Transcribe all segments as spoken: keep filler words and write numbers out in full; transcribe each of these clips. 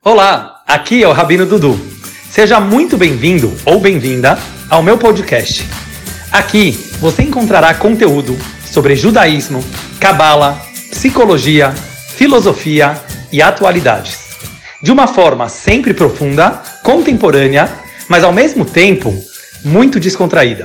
Olá, aqui é o Rabino Dudu. Seja muito bem-vindo ou bem-vinda ao meu podcast. Aqui você encontrará conteúdo sobre judaísmo, cabala, psicologia, filosofia e atualidades. De uma forma sempre profunda, contemporânea, mas ao mesmo tempo muito descontraída.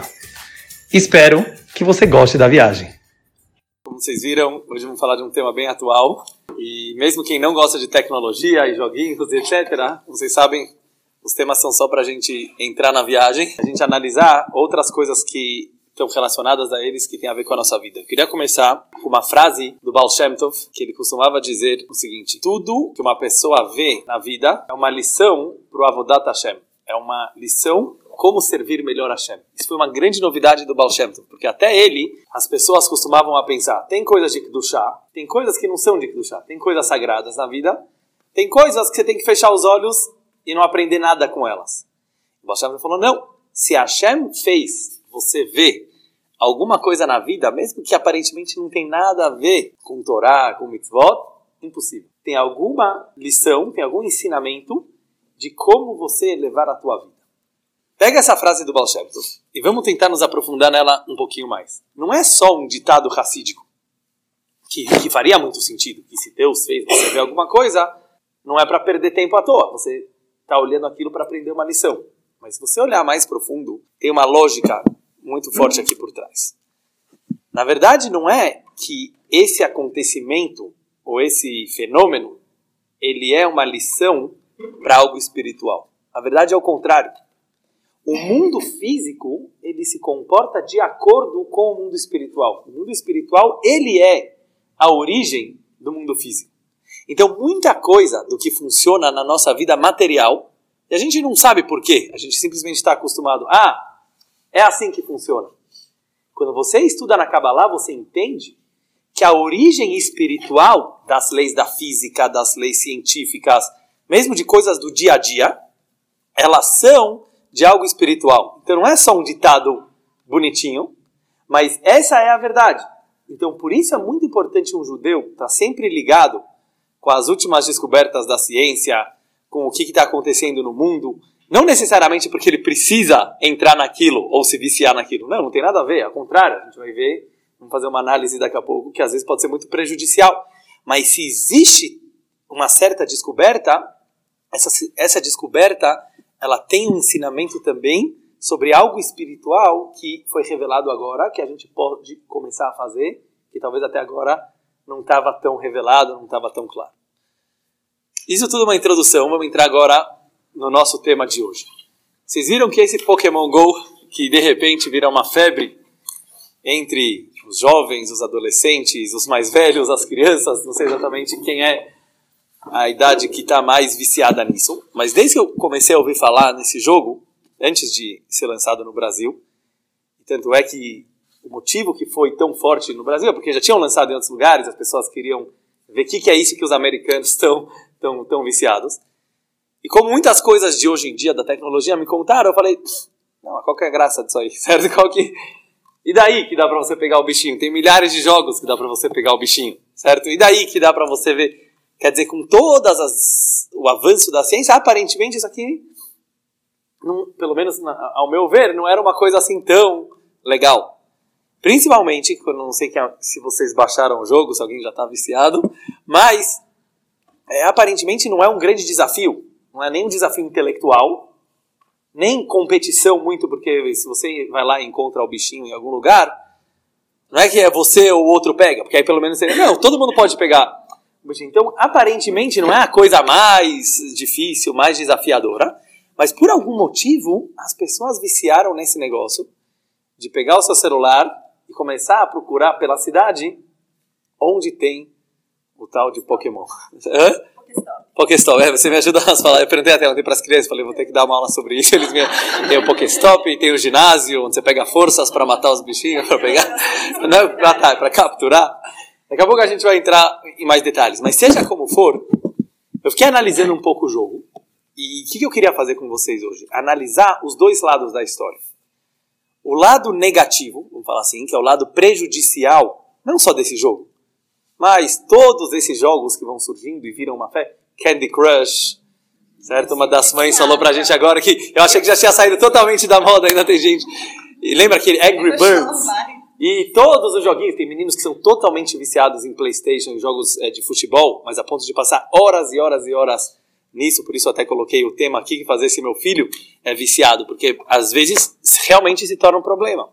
Espero que você goste da viagem. Como vocês viram, hoje vamos falar de um tema bem atual. E mesmo quem não gosta de tecnologia e joguinhos, etcétera, como vocês sabem, os temas são só para a gente entrar na viagem, a gente analisar outras coisas que estão relacionadas a eles que têm a ver com a nossa vida. Eu queria começar com uma frase do Baal Shem Tov, que ele costumava dizer o seguinte: tudo que uma pessoa vê na vida é uma lição para o Avodat Hashem. É uma lição como servir melhor a Hashem. Isso foi uma grande novidade do Baal Shem Tov, porque até ele, as pessoas costumavam a pensar, tem coisas de Kedushá, tem coisas que não são de Kedushá, tem coisas sagradas na vida, tem coisas que você tem que fechar os olhos e não aprender nada com elas. O Baal Shem Tov falou, não, se a Hashem fez você ver alguma coisa na vida, mesmo que aparentemente não tem nada a ver com Torá, com mitzvot, impossível. Tem alguma lição, tem algum ensinamento de como você levar a tua vida. Pega essa frase do Baal Shem Tov e vamos tentar nos aprofundar nela um pouquinho mais. Não é só um ditado racídico, que, que faria muito sentido, que se Deus fez você ver alguma coisa, não é para perder tempo à toa. Você está olhando aquilo para aprender uma lição. Mas se você olhar mais profundo, tem uma lógica muito forte aqui por trás. Na verdade, não é que esse acontecimento, ou esse fenômeno, ele é uma lição para algo espiritual. Na verdade, é o contrário. O mundo físico, ele se comporta de acordo com o mundo espiritual. O mundo espiritual, ele é a origem do mundo físico. Então, muita coisa do que funciona na nossa vida material, e a gente não sabe por quê, a gente simplesmente está acostumado, ah, é assim que funciona. Quando você estuda na Kabbalah, você entende que a origem espiritual das leis da física, das leis científicas, mesmo de coisas do dia a dia, elas são de algo espiritual. Então não é só um ditado bonitinho, mas essa é a verdade. Então por isso é muito importante um judeu estar sempre ligado com as últimas descobertas da ciência, com o que está acontecendo no mundo, não necessariamente porque ele precisa entrar naquilo ou se viciar naquilo. Não, não tem nada a ver, ao contrário, a gente vai ver, vamos fazer uma análise daqui a pouco, que às vezes pode ser muito prejudicial. Mas se existe uma certa descoberta, essa, essa descoberta ela tem um ensinamento também sobre algo espiritual que foi revelado agora, que a gente pode começar a fazer, que talvez até agora não estava tão revelado, não estava tão claro. Isso tudo é uma introdução, vamos entrar agora no nosso tema de hoje. Vocês viram que esse Pokémon Go, que de repente vira uma febre entre os jovens, os adolescentes, os mais velhos, as crianças, não sei exatamente quem é a idade que está mais viciada nisso, mas desde que eu comecei a ouvir falar nesse jogo, antes de ser lançado no Brasil, tanto é que o motivo que foi tão forte no Brasil é porque já tinham lançado em outros lugares, as pessoas queriam ver o que, que é isso que os americanos estão tão, tão viciados. E como muitas coisas de hoje em dia da tecnologia me contaram, eu falei, não, qual que é a graça disso aí, certo? Qual que... E daí que dá para você pegar o bichinho? Tem milhares de jogos que dá para você pegar o bichinho, certo? E daí que dá para você ver... Quer dizer, com todas as, o avanço da ciência, aparentemente isso aqui, não, pelo menos na, ao meu ver, não era uma coisa assim tão legal. Principalmente, quando não sei que, se vocês baixaram o jogo, se alguém já está viciado, mas é, aparentemente não é um grande desafio, não é nem um desafio intelectual, nem competição muito, porque se você vai lá e encontra o bichinho em algum lugar, não é que é você ou o outro pega, porque aí pelo menos seria, não, todo mundo pode pegar. Então, aparentemente, não é a coisa mais difícil, mais desafiadora, mas por algum motivo, as pessoas viciaram nesse negócio de pegar o seu celular e começar a procurar pela cidade onde tem o tal de Pokémon. Hã? Pokéstop. Pokéstop, é, você me ajuda a falar. Eu perguntei até ontem para as crianças, falei, vou ter que dar uma aula sobre isso. Eles me... Tem o Pokéstop, tem o ginásio, onde você pega forças para matar os bichinhos, para pegar, não é para matar, é para capturar. Daqui a pouco a gente vai entrar em mais detalhes. Mas seja como for, eu fiquei analisando um pouco o jogo. E o que eu queria fazer com vocês hoje? Analisar os dois lados da história. O lado negativo, vamos falar assim, que é o lado prejudicial, não só desse jogo, mas todos esses jogos que vão surgindo e viram uma fé, Candy Crush, certo? Uma das mães falou pra gente agora que eu achei que já tinha saído totalmente da moda, ainda tem gente. E lembra aquele Angry Birds? E todos os joguinhos, tem meninos que são totalmente viciados em PlayStation, em jogos é, de futebol, mas a ponto de passar horas e horas e horas nisso, por isso eu até coloquei o tema aqui, que fazer se meu filho é viciado, porque às vezes realmente se torna um problema.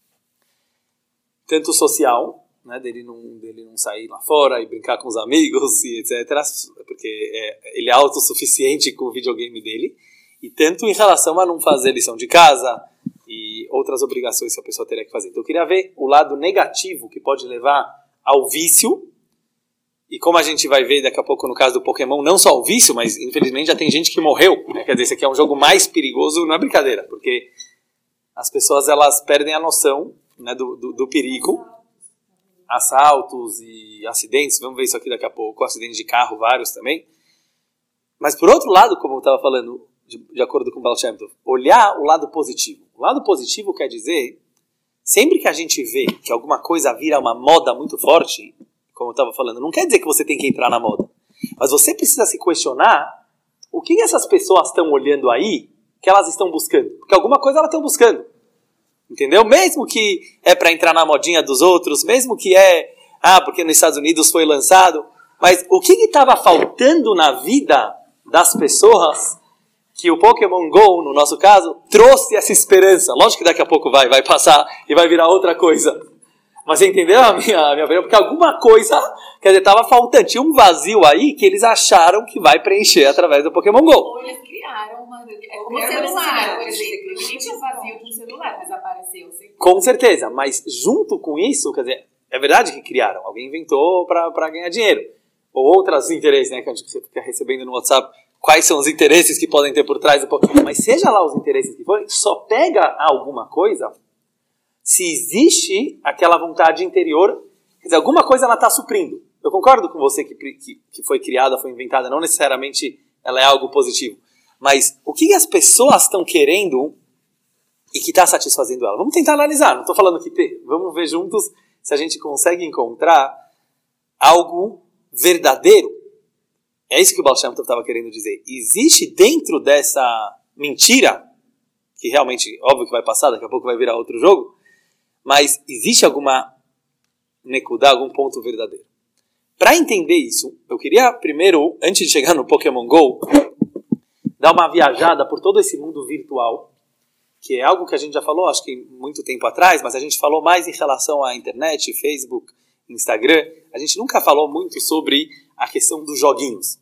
Tanto social, né, dele, não, dele não sair lá fora e brincar com os amigos, e etcétera, porque é, ele é autossuficiente com o videogame dele, e tanto em relação a não fazer lição de casa e outras obrigações que a pessoa teria que fazer. Então eu queria ver o lado negativo que pode levar ao vício, e como a gente vai ver daqui a pouco no caso do Pokémon, não só o vício, mas infelizmente já tem gente que morreu, né? Quer dizer, esse aqui é um jogo mais perigoso, não é brincadeira, porque as pessoas elas perdem a noção, né, do, do, do perigo, assaltos e acidentes, vamos ver isso aqui daqui a pouco, acidentes de carro, vários também. Mas por outro lado, como eu estava falando, de, de acordo com o Baal Shem Tov, olhar o lado positivo. O lado positivo quer dizer, sempre que a gente vê que alguma coisa vira uma moda muito forte, como eu estava falando, não quer dizer que você tem que entrar na moda. Mas você precisa se questionar o que essas pessoas estão olhando aí que elas estão buscando. Porque alguma coisa elas estão buscando. Entendeu? Mesmo que é para entrar na modinha dos outros, mesmo que é, ah, porque nos Estados Unidos foi lançado. Mas o que estava faltando na vida das pessoas que o Pokémon Go, no nosso caso, trouxe essa esperança? Lógico que daqui a pouco vai, vai passar e vai virar outra coisa. Mas você entendeu a minha, a minha opinião? Porque alguma coisa, quer dizer, estava faltando. Tinha um vazio aí que eles acharam que vai preencher através do Pokémon Go. Ou eles criaram uma... É como o celular, por exemplo. Não tinha vazio de um celular, mas apareceu. Com certeza, mas junto com isso, quer dizer, é verdade que criaram. Alguém inventou para ganhar dinheiro. Ou outros interesses, né, que a gente fica recebendo no WhatsApp. Quais são os interesses que podem ter por trás do Pokémon? Mas seja lá os interesses que forem, só pega alguma coisa se existe aquela vontade interior, quer dizer, alguma coisa ela está suprindo. Eu concordo com você que, que, que foi criada, foi inventada, não necessariamente ela é algo positivo. Mas o que as pessoas estão querendo e que está satisfazendo ela? Vamos tentar analisar, não estou falando que tem. Vamos ver juntos se a gente consegue encontrar algo verdadeiro. É isso que o Baal Shem Tov estava querendo dizer. Existe dentro dessa mentira, que realmente, óbvio que vai passar, daqui a pouco vai virar outro jogo, mas existe alguma nekudá, algum ponto verdadeiro. Para entender isso, eu queria primeiro, antes de chegar no Pokémon Go, dar uma viajada por todo esse mundo virtual, que é algo que a gente já falou, acho que muito tempo atrás, mas a gente falou mais em relação à internet, Facebook, Instagram. A gente nunca falou muito sobre a questão dos joguinhos.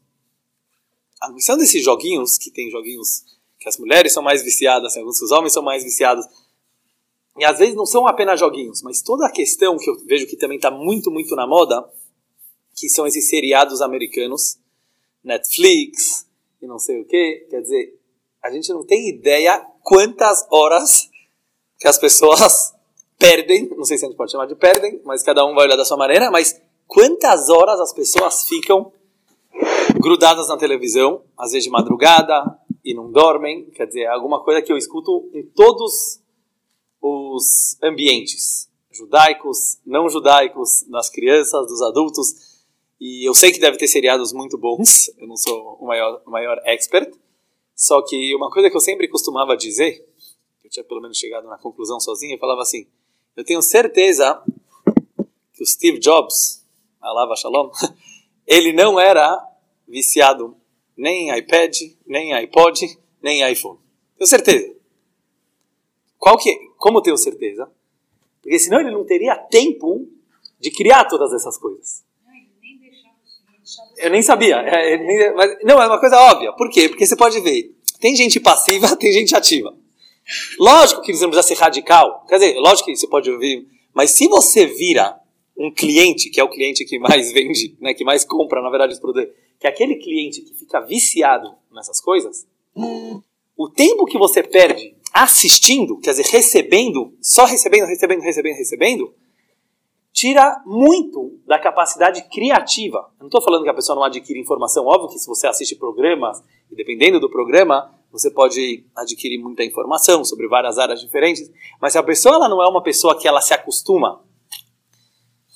A questão desses joguinhos, que tem joguinhos que as mulheres são mais viciadas, alguns que os homens são mais viciados, e às vezes não são apenas joguinhos, mas toda a questão que eu vejo que também está muito, muito na moda, que são esses seriados americanos, Netflix e não sei o quê. Quer dizer, a gente não tem ideia quantas horas que as pessoas perdem, não sei se a gente pode chamar de perdem, mas cada um vai olhar da sua maneira, mas quantas horas as pessoas ficam grudadas na televisão, às vezes de madrugada, e não dormem. Quer dizer, é alguma coisa que eu escuto em todos os ambientes, judaicos, não judaicos, das crianças, dos adultos, e eu sei que deve ter seriados muito bons, eu não sou o maior, o maior expert, só que uma coisa que eu sempre costumava dizer, eu tinha pelo menos chegado na conclusão sozinho, eu falava assim, eu tenho certeza que o Steve Jobs, Alav Shalom, ele não era viciado nem em iPad, nem em iPod, nem em iPhone. Tenho certeza. Qual que é? Como tenho certeza? Porque senão ele não teria tempo de criar todas essas coisas. Eu nem sabia. É, nem, mas, não, é uma coisa óbvia. Por quê? Porque você pode ver, tem gente passiva, tem gente ativa. Lógico que você não precisa ser radical. Quer dizer, lógico que você pode ouvir, mas se você vira um cliente, que é o cliente que mais vende, né, que mais compra, na verdade, os produtos, que é aquele cliente que fica viciado nessas coisas, hum. o tempo que você perde assistindo, quer dizer, recebendo, só recebendo, recebendo, recebendo, recebendo, tira muito da capacidade criativa. Eu não estou falando que a pessoa não adquire informação. Óbvio que se você assiste programas, e dependendo do programa, você pode adquirir muita informação sobre várias áreas diferentes, mas se a pessoa ela não é uma pessoa que ela se acostuma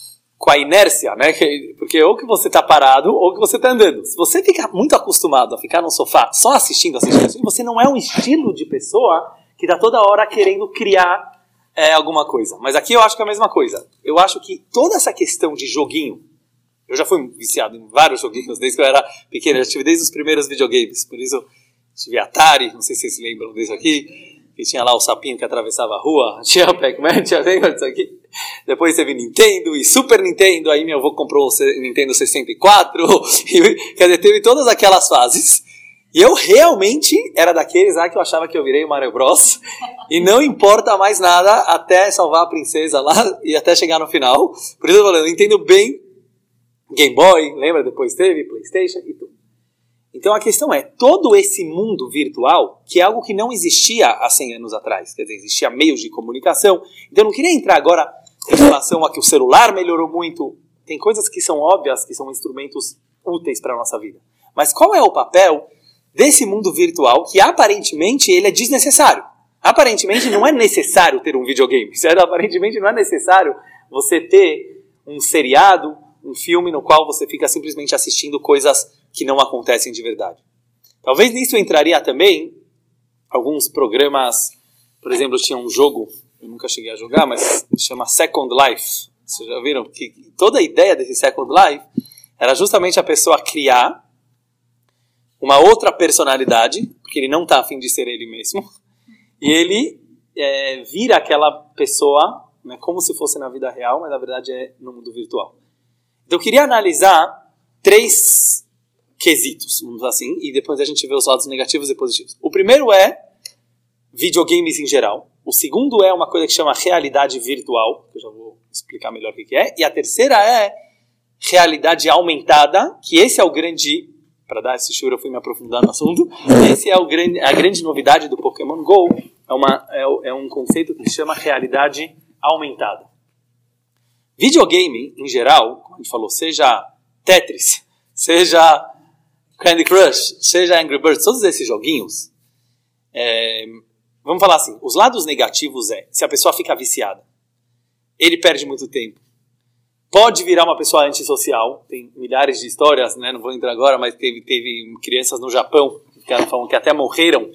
com a inércia, né? Porque ou que você está parado ou que você está andando. Se você fica muito acostumado a ficar no sofá só assistindo, assistindo, você não é um estilo de pessoa que está toda hora querendo criar é, alguma coisa. Mas aqui eu acho que é a mesma coisa. Eu acho que toda essa questão de joguinho, eu já fui viciado em vários joguinhos desde que eu era pequeno, eu já tive desde os primeiros videogames, por isso tive Atari, não sei se vocês se lembram disso aqui, que tinha lá o sapinho que atravessava a rua, tinha o Pac-Man, tinha lembra disso aqui? Depois teve Nintendo e Super Nintendo, aí meu avô comprou o Nintendo sessenta e quatro, e, quer dizer, teve todas aquelas fases, e eu realmente era daqueles lá que eu achava que eu virei o Mario Bros, e não importa mais nada até salvar a princesa lá, e até chegar no final, por isso eu falei, eu entendo bem Game Boy, lembra? Depois teve PlayStation e tudo. Então a questão é, todo esse mundo virtual, que é algo que não existia há cem anos atrás, quer dizer, existia meios de comunicação, então eu não queria entrar agora em relação a que o celular melhorou muito, tem coisas que são óbvias, que são instrumentos úteis para a nossa vida. Mas qual é o papel desse mundo virtual que aparentemente ele é desnecessário? Aparentemente não é necessário ter um videogame, certo? Aparentemente não é necessário você ter um seriado, um filme no qual você fica simplesmente assistindo coisas que não acontecem de verdade. Talvez nisso entraria também alguns programas, por exemplo, tinha um jogo, eu nunca cheguei a jogar, mas chama Second Life. Vocês já viram? Que toda a ideia desse Second Life era justamente a pessoa criar uma outra personalidade, porque ele não está a fim de ser ele mesmo, e ele é, vira aquela pessoa, né, como se fosse na vida real, mas na verdade é no mundo virtual. Então eu queria analisar três quesitos, vamos dizer assim, e depois a gente vê os lados negativos e positivos. O primeiro é videogames em geral. O segundo é uma coisa que chama realidade virtual, que eu já vou explicar melhor o que é. E a terceira é realidade aumentada, que esse é o grande, para dar esse choro eu fui me aprofundar no assunto, esse é o grande, a grande novidade do Pokémon Go, é, uma, é, é um conceito que se chama realidade aumentada. Videogame, em geral, como a gente falou, seja Tetris, seja Candy Crush, seja Angry Birds, todos esses joguinhos, é, vamos falar assim, os lados negativos é, se a pessoa fica viciada, ele perde muito tempo, pode virar uma pessoa antissocial, tem milhares de histórias, né, não vou entrar agora, mas teve, teve crianças no Japão que falam que até morreram,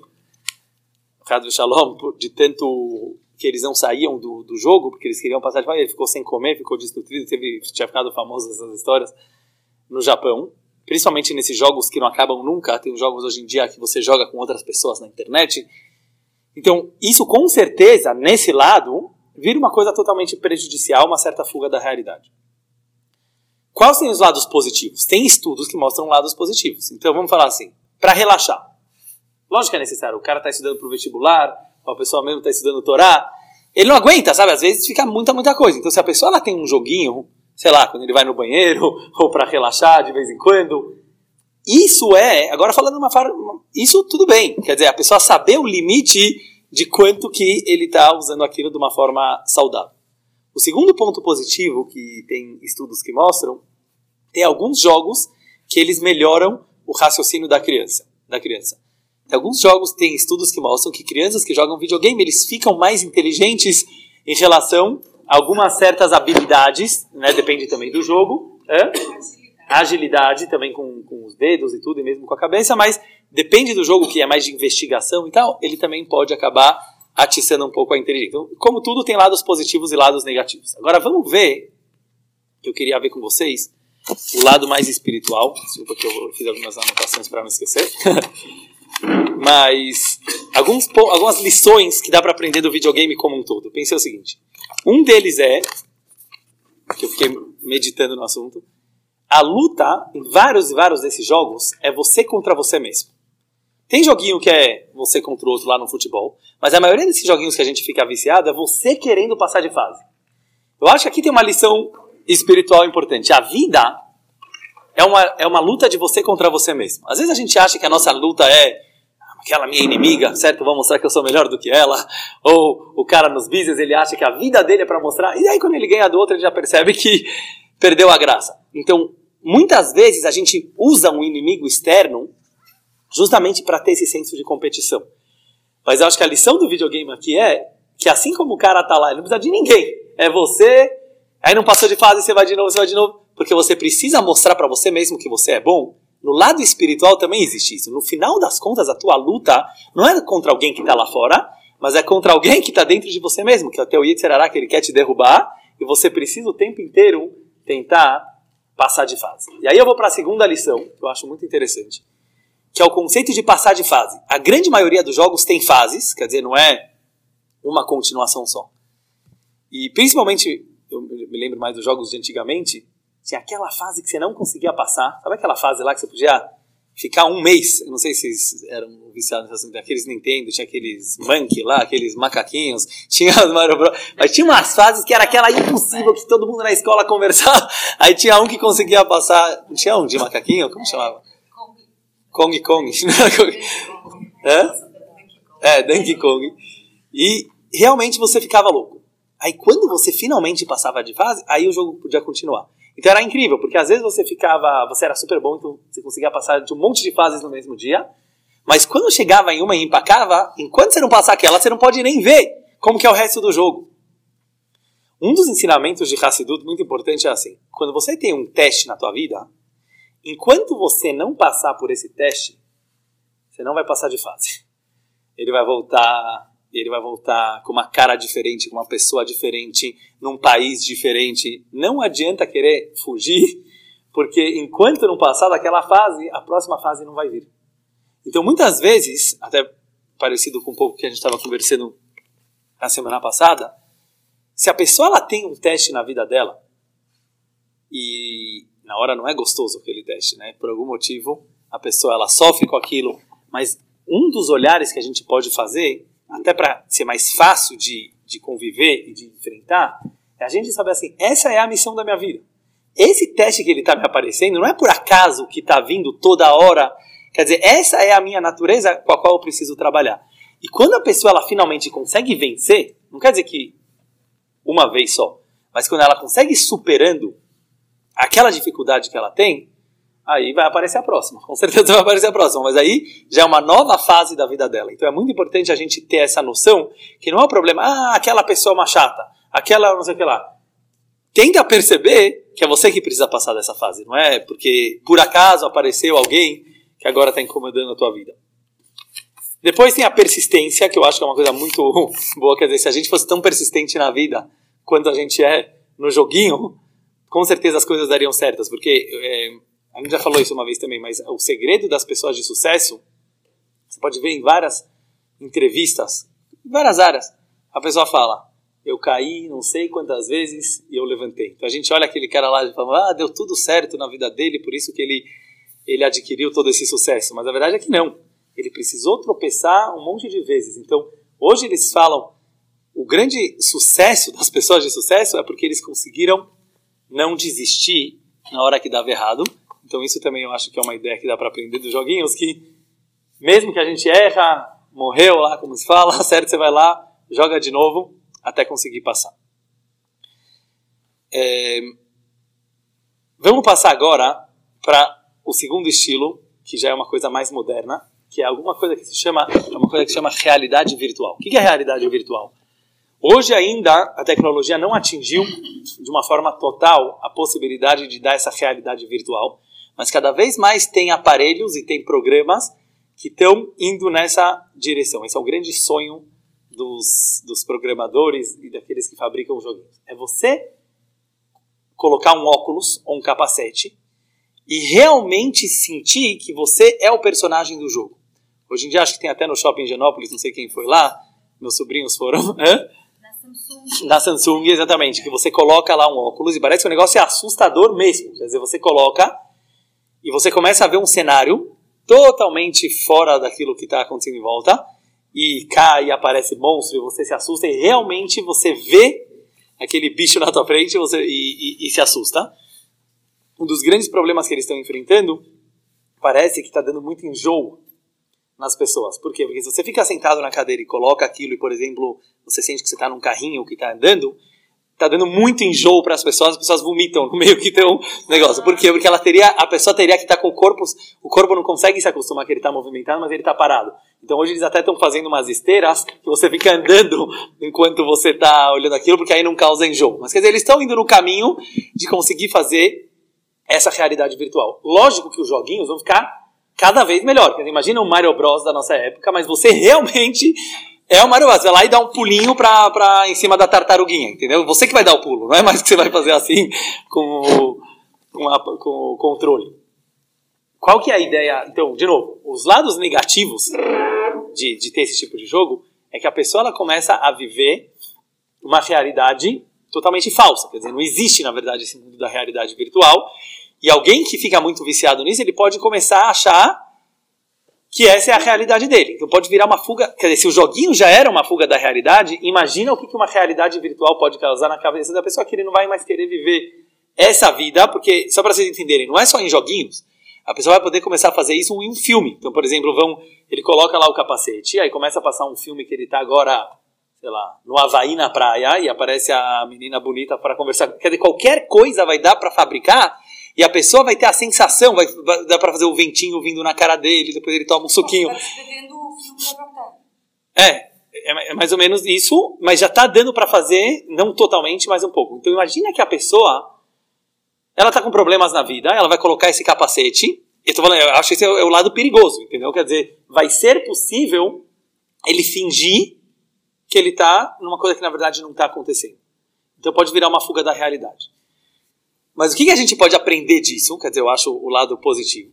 Rádio Shalom, de tanto que eles não saíam do, do jogo, porque eles queriam passar de fase, ele ficou sem comer, ficou desnutrido, teve, tinha ficado famoso essas histórias no Japão, principalmente nesses jogos que não acabam nunca, tem jogos hoje em dia que você joga com outras pessoas na internet, então isso com certeza, nesse lado, vira uma coisa totalmente prejudicial, uma certa fuga da realidade. Quais são os lados positivos? Tem estudos que mostram lados positivos, então vamos falar assim, para relaxar, lógico que é necessário, o cara está estudando para o vestibular, a pessoa mesmo está estudando Torá, ele não aguenta, sabe? Às vezes fica muita, muita coisa. Então, se a pessoa ela tem um joguinho, sei lá, quando ele vai no banheiro, ou para relaxar de vez em quando, isso é, agora falando uma forma, isso tudo bem. Quer dizer, a pessoa saber o limite de quanto que ele está usando aquilo de uma forma saudável. O segundo ponto positivo, que tem estudos que mostram, tem alguns jogos que eles melhoram o raciocínio da criança. Da criança. Tem alguns jogos, tem estudos que mostram que crianças que jogam videogame, eles ficam mais inteligentes em relação a algumas certas habilidades, né? Depende também do jogo. É? Agilidade. Agilidade também com, com os dedos e tudo, e mesmo com a cabeça, mas depende do jogo que é mais de investigação e tal, ele também pode acabar atiçando um pouco a inteligência. Então, como tudo, tem lados positivos e lados negativos. Agora vamos ver, que eu queria ver com vocês, o lado mais espiritual. Desculpa que eu fiz algumas anotações para não esquecer. Mas alguns, algumas lições que dá para aprender do videogame como um todo. Eu pensei o seguinte, um deles é, que eu fiquei meditando no assunto, a luta em vários e vários desses jogos é você contra você mesmo. Tem joguinho que é você contra o outro lá no futebol, mas a maioria desses joguinhos que a gente fica viciado é você querendo passar de fase. Eu acho que aqui tem uma lição espiritual importante. A vida é uma, é uma luta de você contra você mesmo. Às vezes a gente acha que a nossa luta é aquela minha inimiga, certo? Vou mostrar que eu sou melhor do que ela. Ou o cara nos business, ele acha que a vida dele é para mostrar. E aí quando ele ganha do outro, ele já percebe que perdeu a graça. Então, muitas vezes a gente usa um inimigo externo justamente para ter esse senso de competição. Mas eu acho que a lição do videogame aqui é que assim como o cara tá lá, ele não precisa de ninguém. É você Aí não passou de fase, você vai de novo, você vai de novo. Porque você precisa mostrar para você mesmo que você é bom. No lado espiritual também existe isso. No final das contas, a tua luta não é contra alguém que está lá fora, mas é contra alguém que está dentro de você mesmo, que é o teu Yetzer Hara, que ele quer te derrubar, e você precisa o tempo inteiro tentar passar de fase. E aí eu vou para a segunda lição, que eu acho muito interessante, que é o conceito de passar de fase. A grande maioria dos jogos tem fases, quer dizer, não é uma continuação só. E principalmente, eu me lembro mais dos jogos de antigamente, tinha aquela fase que você não conseguia passar. Sabe aquela fase lá que você podia ficar um mês? Eu não sei se vocês eram viciados assim, daqueles Nintendo, tinha aqueles Monkey lá, aqueles macaquinhos, tinha os Mario Bros. Mas tinha umas fases que era aquela impossível que todo mundo na escola conversava. Aí tinha um que conseguia passar. Tinha um de macaquinho? Como chamava? Kong Kong. é? É, Donkey Kong. E realmente você ficava louco. Aí quando você finalmente passava de fase, aí o jogo podia continuar. Então era incrível, porque às vezes você ficava, você era super bom, então você conseguia passar de um monte de fases no mesmo dia, mas quando chegava em uma e empacava, enquanto você não passar aquela, você não pode nem ver como que é o resto do jogo. Um dos ensinamentos de Hassidut muito importante é assim, quando você tem um teste na tua vida, enquanto você não passar por esse teste, você não vai passar de fase. Ele vai voltar... Ele vai voltar com uma cara diferente, com uma pessoa diferente, num país diferente. Não adianta querer fugir, porque enquanto não passar daquela fase, a próxima fase não vai vir. Então, muitas vezes, até parecido com um pouco que a gente estava conversando na semana passada, se a pessoa ela tem um teste na vida dela, e na hora não é gostoso aquele teste, né? Por algum motivo, a pessoa ela sofre com aquilo, mas um dos olhares que a gente pode fazer, até para ser mais fácil de, de conviver e de enfrentar, é a gente saber assim, essa é a missão da minha vida. Esse teste que ele está me aparecendo não é por acaso que está vindo toda hora. Quer dizer, essa é a minha natureza com a qual eu preciso trabalhar. E quando a pessoa ela finalmente consegue vencer, não quer dizer que uma vez só, mas quando ela consegue ir superando aquela dificuldade que ela tem, aí vai aparecer a próxima. Com certeza vai aparecer a próxima. Mas aí já é uma nova fase da vida dela. Então é muito importante a gente ter essa noção que não é um problema. Ah, aquela pessoa é uma chata. Aquela não sei o que lá. Tenta perceber que é você que precisa passar dessa fase. Não é porque por acaso apareceu alguém que agora está incomodando a tua vida. Depois tem a persistência, que eu acho que é uma coisa muito boa. Quer dizer, se a gente fosse tão persistente na vida quanto a gente é no joguinho, com certeza as coisas dariam certas. Porque... É, a gente já falou isso uma vez também, mas o segredo das pessoas de sucesso, você pode ver em várias entrevistas, em várias áreas, a pessoa fala, eu caí não sei quantas vezes e eu levantei. Então a gente olha aquele cara lá e fala, ah, deu tudo certo na vida dele, por isso que ele, ele adquiriu todo esse sucesso. Mas a verdade é que não. Ele precisou tropeçar um monte de vezes. Então, hoje eles falam, o grande sucesso das pessoas de sucesso é porque eles conseguiram não desistir na hora que dava errado. Então isso também eu acho que é uma ideia que dá para aprender dos joguinhos, que mesmo que a gente erra, morreu lá, como se fala, certo? Você vai lá, joga de novo, até conseguir passar. É... Vamos passar agora para o segundo estilo, que já é uma coisa mais moderna, que é alguma coisa que se chama, é uma coisa que se chama realidade virtual. O que é realidade virtual? Hoje ainda a tecnologia não atingiu de uma forma total a possibilidade de dar essa realidade virtual, mas cada vez mais tem aparelhos e tem programas que estão indo nessa direção. Esse é o grande sonho dos, dos programadores e daqueles que fabricam joguinhos. É você colocar um óculos ou um capacete e realmente sentir que você é o personagem do jogo. Hoje em dia acho que tem até no Shopping Higienópolis, não sei quem foi lá, meus sobrinhos foram... Hã? Samsung. Na Samsung, exatamente, que você coloca lá um óculos e parece que o negócio é assustador mesmo. Quer dizer, você coloca e você começa a ver um cenário totalmente fora daquilo que está acontecendo em volta e cai e aparece monstro e você se assusta e realmente você vê aquele bicho na tua frente e, você, e, e, e se assusta. Um dos grandes problemas que eles estão enfrentando parece que está dando muito enjoo nas pessoas. Por quê? Porque se você fica sentado na cadeira e coloca aquilo e, por exemplo, você sente que você está num carrinho que está andando, tá dando muito enjoo para as pessoas, as pessoas vomitam no meio que tem um negócio. Por quê? Porque ela teria, a pessoa teria que estar tá com o corpo, o corpo não consegue se acostumar que ele está movimentado, mas ele está parado. Então hoje eles até estão fazendo umas esteiras que você fica andando enquanto você está olhando aquilo, porque aí não causa enjoo. Mas quer dizer, eles estão indo no caminho de conseguir fazer essa realidade virtual. Lógico que os joguinhos vão ficar cada vez melhor. Quer dizer, imagina o Mario Bros da nossa época, mas você realmente... É o Mario Bros. Vai lá e dá um pulinho pra, pra, em cima da tartaruguinha, entendeu? Você que vai dar o pulo, não é mais que você vai fazer assim com o, com, a, com o controle. Qual que é a ideia? Então, de novo, os lados negativos de, de ter esse tipo de jogo é que a pessoa ela começa a viver uma realidade totalmente falsa. Quer dizer, não existe, na verdade, esse mundo da realidade virtual. E alguém que fica muito viciado nisso, ele pode começar a achar que essa é a realidade dele. Então pode virar uma fuga... Quer dizer, se o joguinho já era uma fuga da realidade, imagina o que uma realidade virtual pode causar na cabeça da pessoa, que ele não vai mais querer viver essa vida, porque, só para vocês entenderem, não é só em joguinhos. A pessoa vai poder começar a fazer isso em um filme. Então, por exemplo, vão, ele coloca lá o capacete, aí começa a passar um filme que ele está agora, sei lá, no Havaí, na praia, e aparece a menina bonita para conversar. Quer dizer, qualquer coisa vai dar para fabricar. E a pessoa vai ter a sensação, vai, vai dar pra fazer o ventinho vindo na cara dele, depois ele toma um suquinho. É, é mais ou menos isso, mas já tá dando pra fazer, não totalmente, mas um pouco. Então imagina que a pessoa, ela tá com problemas na vida, ela vai colocar esse capacete, eu tô falando, eu acho que esse é o, é o lado perigoso, entendeu? Quer dizer, vai ser possível ele fingir que ele tá numa coisa que na verdade não tá acontecendo. Então pode virar uma fuga da realidade. Mas o que a gente pode aprender disso? Quer dizer, eu acho o lado positivo.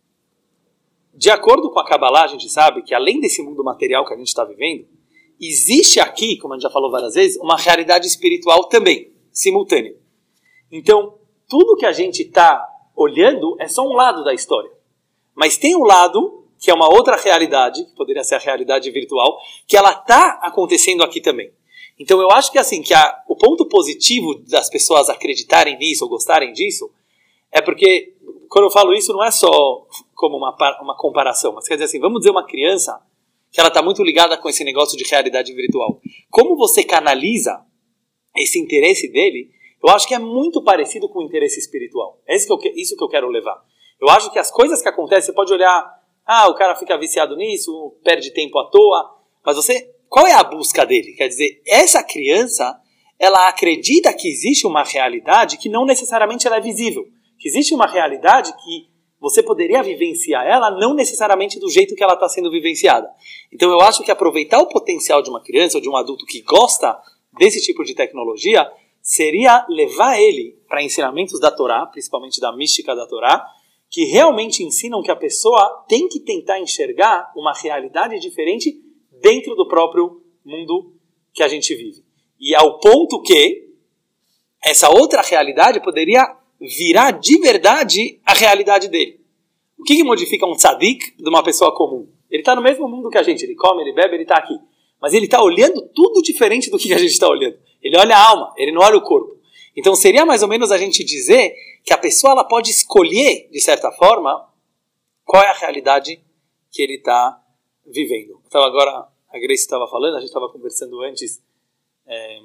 De acordo com a Kabbalah, a gente sabe que além desse mundo material que a gente está vivendo, existe aqui, como a gente já falou várias vezes, uma realidade espiritual também, simultânea. Então, tudo que a gente está olhando é só um lado da história. Mas tem um lado, que é uma outra realidade, que poderia ser a realidade virtual, que ela está acontecendo aqui também. Então eu acho que assim, que a, o ponto positivo das pessoas acreditarem nisso ou gostarem disso é porque, quando eu falo isso, não é só como uma, uma comparação, mas quer dizer assim, vamos dizer uma criança que ela está muito ligada com esse negócio de realidade virtual. Como você canaliza esse interesse dele, eu acho que é muito parecido com o interesse espiritual. É isso que eu, isso que eu quero levar. Eu acho que as coisas que acontecem, você pode olhar, ah, o cara fica viciado nisso, perde tempo à toa, mas você... Qual é a busca dele? Quer dizer, essa criança, ela acredita que existe uma realidade que não necessariamente ela é visível. Que existe uma realidade que você poderia vivenciar ela não necessariamente do jeito que ela está sendo vivenciada. Então eu acho que aproveitar o potencial de uma criança ou de um adulto que gosta desse tipo de tecnologia seria levar ele para ensinamentos da Torá, principalmente da mística da Torá, que realmente ensinam que a pessoa tem que tentar enxergar uma realidade diferente dentro do próprio mundo que a gente vive. E ao ponto que essa outra realidade poderia virar de verdade a realidade dele. O que, que modifica um tzadik de uma pessoa comum? Ele está no mesmo mundo que a gente, ele come, ele bebe, ele está aqui. Mas ele está olhando tudo diferente do que a gente está olhando. Ele olha a alma, ele não olha o corpo. Então seria mais ou menos a gente dizer que a pessoa ela pode escolher, de certa forma, qual é a realidade que ele está vivendo. Então agora... A Grace estava falando, a gente estava conversando antes é,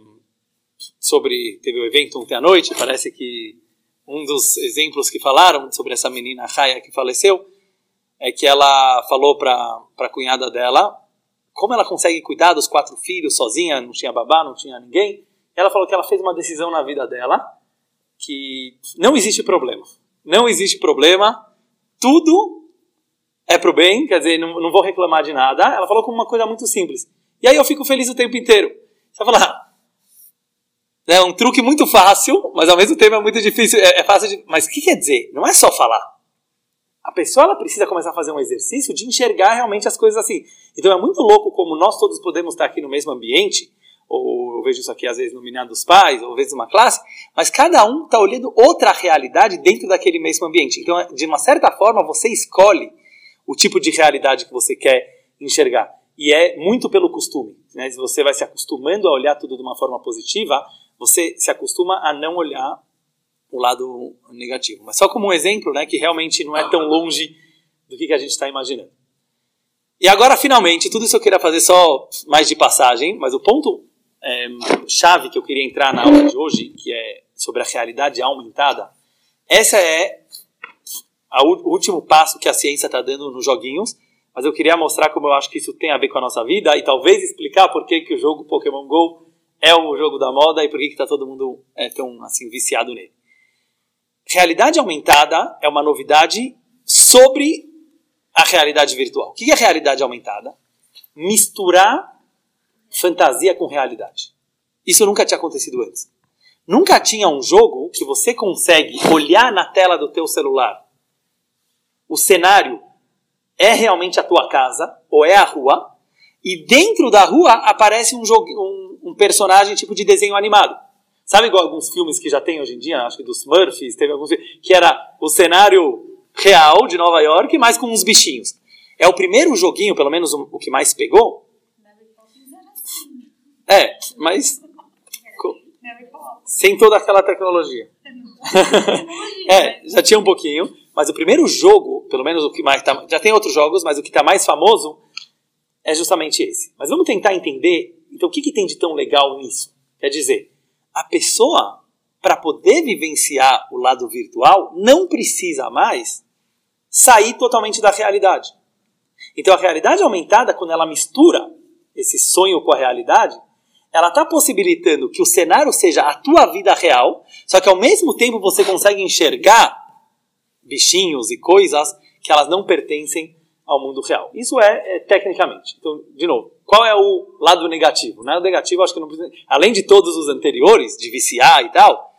sobre, teve um evento ontem à noite, parece que um dos exemplos que falaram sobre essa menina Raya que faleceu, é que ela falou para a cunhada dela como ela consegue cuidar dos quatro filhos sozinha, não tinha babá, não tinha ninguém. Ela falou que ela fez uma decisão na vida dela, que não existe problema. Não existe problema, tudo... é pro bem, quer dizer, não, não vou reclamar de nada. Ela falou como uma coisa muito simples. E aí eu fico feliz o tempo inteiro. Você vai falar, é um truque muito fácil, mas ao mesmo tempo é muito difícil, é, é fácil de... Mas o que quer dizer? Não é só falar. A pessoa ela precisa começar a fazer um exercício de enxergar realmente as coisas assim. Então é muito louco como nós todos podemos estar aqui no mesmo ambiente, ou eu vejo isso aqui às vezes no Minhá dos Pais, ou às vezes numa classe, mas cada um está olhando outra realidade dentro daquele mesmo ambiente. Então, de uma certa forma, você escolhe o tipo de realidade que você quer enxergar. E é muito pelo costume. Né? Se você vai se acostumando a olhar tudo de uma forma positiva, você se acostuma a não olhar o lado negativo. Mas só como um exemplo, né, que realmente não é tão longe do que a gente está imaginando. E agora, finalmente, tudo isso eu queria fazer só mais de passagem, mas o ponto é, chave que eu queria entrar na aula de hoje, que é sobre a realidade aumentada. Essa é a, o último passo que a ciência está dando nos joguinhos, mas eu queria mostrar como eu acho que isso tem a ver com a nossa vida e talvez explicar por que, que o jogo Pokémon Go é o jogo da moda e por que está todo mundo é, tão assim, viciado nele. Realidade aumentada é uma novidade sobre a realidade virtual. O que é realidade aumentada? Misturar fantasia com realidade. Isso nunca tinha acontecido antes. Nunca tinha um jogo que você consegue olhar na tela do teu celular. O cenário é realmente a tua casa, ou é a rua, e dentro da rua aparece um, jogo, um, um personagem tipo de desenho animado. Sabe igual alguns filmes que já tem hoje em dia, acho que dos Smurfs, teve alguns que era o cenário real de Nova York, mas com uns bichinhos. É o primeiro joguinho, pelo menos o, o que mais pegou. É, mas sem toda aquela tecnologia. É, já tinha um pouquinho, mas o primeiro jogo, pelo menos o que mais tá, já tem outros jogos, mas o que está mais famoso é justamente esse. Mas vamos tentar entender, então o que, que tem de tão legal nisso? Quer dizer, a pessoa, para poder vivenciar o lado virtual, não precisa mais sair totalmente da realidade. Então a realidade aumentada, quando ela mistura esse sonho com a realidade, ela está possibilitando que o cenário seja a tua vida real, só que ao mesmo tempo você consegue enxergar bichinhos e coisas que elas não pertencem ao mundo real. Isso é, é tecnicamente. Então, de novo, qual é o lado negativo? O lado negativo, acho que não precisa, além de todos os anteriores, de viciar e tal,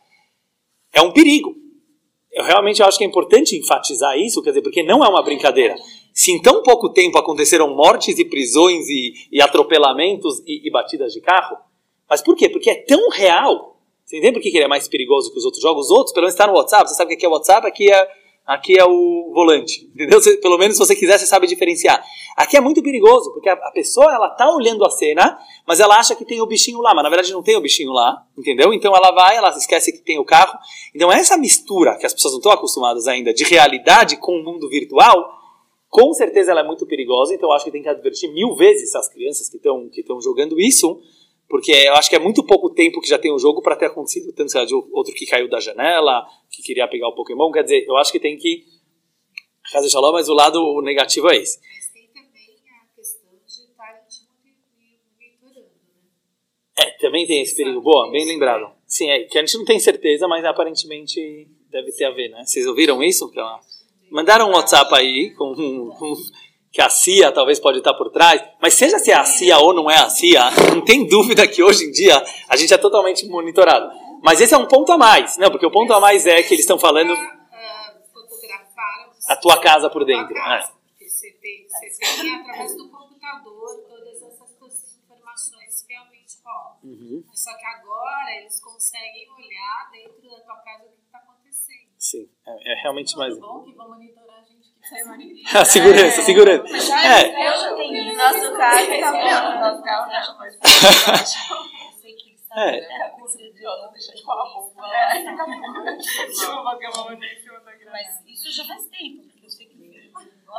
é um perigo. Eu realmente acho que é importante enfatizar isso, quer dizer, porque não é uma brincadeira. Se em tão pouco tempo aconteceram mortes e prisões e, e atropelamentos e, e batidas de carro, mas por quê? Porque é tão real. Você entende por que ele é mais perigoso que os outros jogos? Os outros, pelo menos, está no WhatsApp. Você sabe o que é o WhatsApp? Aqui é, aqui é o volante. Entendeu? Você, pelo menos, se você quiser, você sabe diferenciar. Aqui é muito perigoso, porque a, a pessoa ela está olhando a cena, mas ela acha que tem o bichinho lá. Mas, na verdade, não tem o bichinho lá. Entendeu? Então, ela vai, ela esquece que tem o carro. Então, essa mistura, que as pessoas não estão acostumadas ainda, de realidade com o mundo virtual, com certeza ela é muito perigosa. Então, eu acho que tem que advertir mil vezes as crianças que estão que estão jogando isso, porque eu acho que é muito pouco tempo que já tem o jogo para ter acontecido. Tanto, sei lá, de outro que caiu da janela, que queria pegar o Pokémon. Quer dizer, eu acho que tem que... Casa Shalom, mas o lado negativo é esse. Mas tem também a questão de estar monitorando, né? É, também tem esse perigo. Boa, bem lembrado. Sim, é que a gente não tem certeza, mas aparentemente deve ter a ver, né? Vocês ouviram isso? Que ela... Mandaram um WhatsApp aí com... com que a C I A talvez pode estar por trás, mas seja se é a C I A ou não é a C I A, não tem dúvida que hoje em dia a gente é totalmente monitorado. Mas esse é um ponto a mais, né? Porque o ponto a mais é que eles estão falando a tua casa por dentro. É. Você tem, você tem através do computador todas essas informações que realmente rolam. Uhum. Só que agora eles conseguem olhar dentro da tua casa o que está acontecendo. Sim, é, é realmente mais... É bom que vão monitorar a gente. A segurança, segurança. É. Eu já tenho no nosso carro, tá vendo? No nosso carro, já mais. Eu sei que é. Não deixa de falar pouco. Mas isso já faz tempo, porque eu sei que ele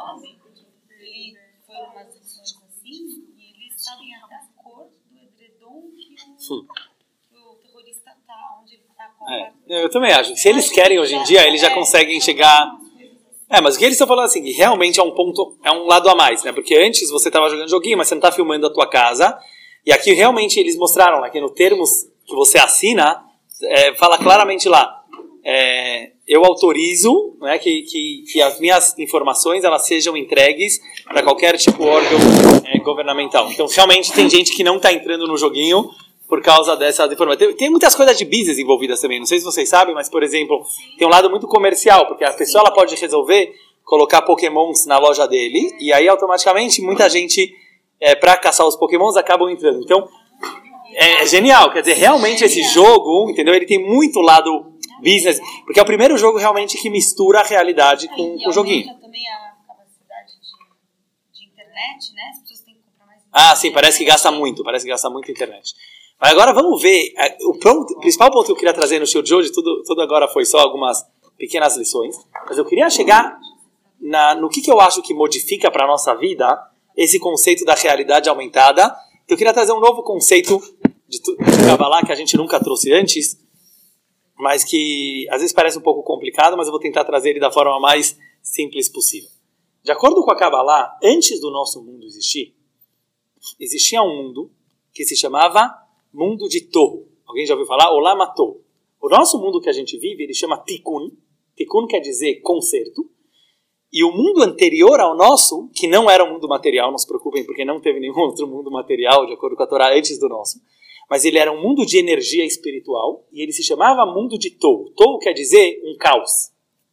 foi umas edições assim, e eles sabem até a cor do edredom que o, que o terrorista tá, onde ele tá com é. Eu também acho. Se eles querem hoje em dia, eles já conseguem chegar... É, mas o que eles estão falando assim, que realmente é um ponto, é um lado a mais, né? Porque antes você estava jogando joguinho, mas você não está filmando a tua casa. E aqui realmente eles mostraram, aqui no termos que você assina, é, fala claramente lá, é, eu autorizo, né, que, que, que as minhas informações elas sejam entregues para qualquer tipo de órgão é, governamental. Então realmente tem gente que não está entrando no joguinho por causa dessas informações. Tem, tem muitas coisas de business envolvidas também, não sei se vocês sabem, mas, por exemplo, tem um lado muito comercial, porque a pessoa ela pode resolver colocar pokémons na loja dele, e aí automaticamente muita gente, é, para caçar os pokémons, acabam entrando. Então, é, é genial, quer dizer, realmente esse jogo, entendeu? Ele tem muito lado business, porque é o primeiro jogo realmente que mistura a realidade com, com o joguinho. E também a capacidade de, de internet, né? As pessoas têm que comprar mais internet. Ah, sim, parece que gasta muito, parece que gasta muito internet. Mas agora vamos ver, o, ponto, o principal ponto que eu queria trazer no show de hoje, tudo, tudo agora foi só algumas pequenas lições, mas eu queria chegar na, no que, que eu acho que modifica para a nossa vida esse conceito da realidade aumentada. Eu queria trazer um novo conceito de, tu, de Kabbalah que a gente nunca trouxe antes, mas que às vezes parece um pouco complicado, mas eu vou tentar trazer ele da forma mais simples possível. De acordo com a Kabbalah, antes do nosso mundo existir, existia um mundo que se chamava mundo de Tohu. Alguém já ouviu falar? Olam HaTohu. O nosso mundo que a gente vive, ele chama Tikkun. Tikkun quer dizer conserto. E o mundo anterior ao nosso, que não era um mundo material, não se preocupem, porque não teve nenhum outro mundo material, de acordo com a Torá, antes do nosso, mas ele era um mundo de energia espiritual, e ele se chamava mundo de Tohu. Tohu quer dizer um caos.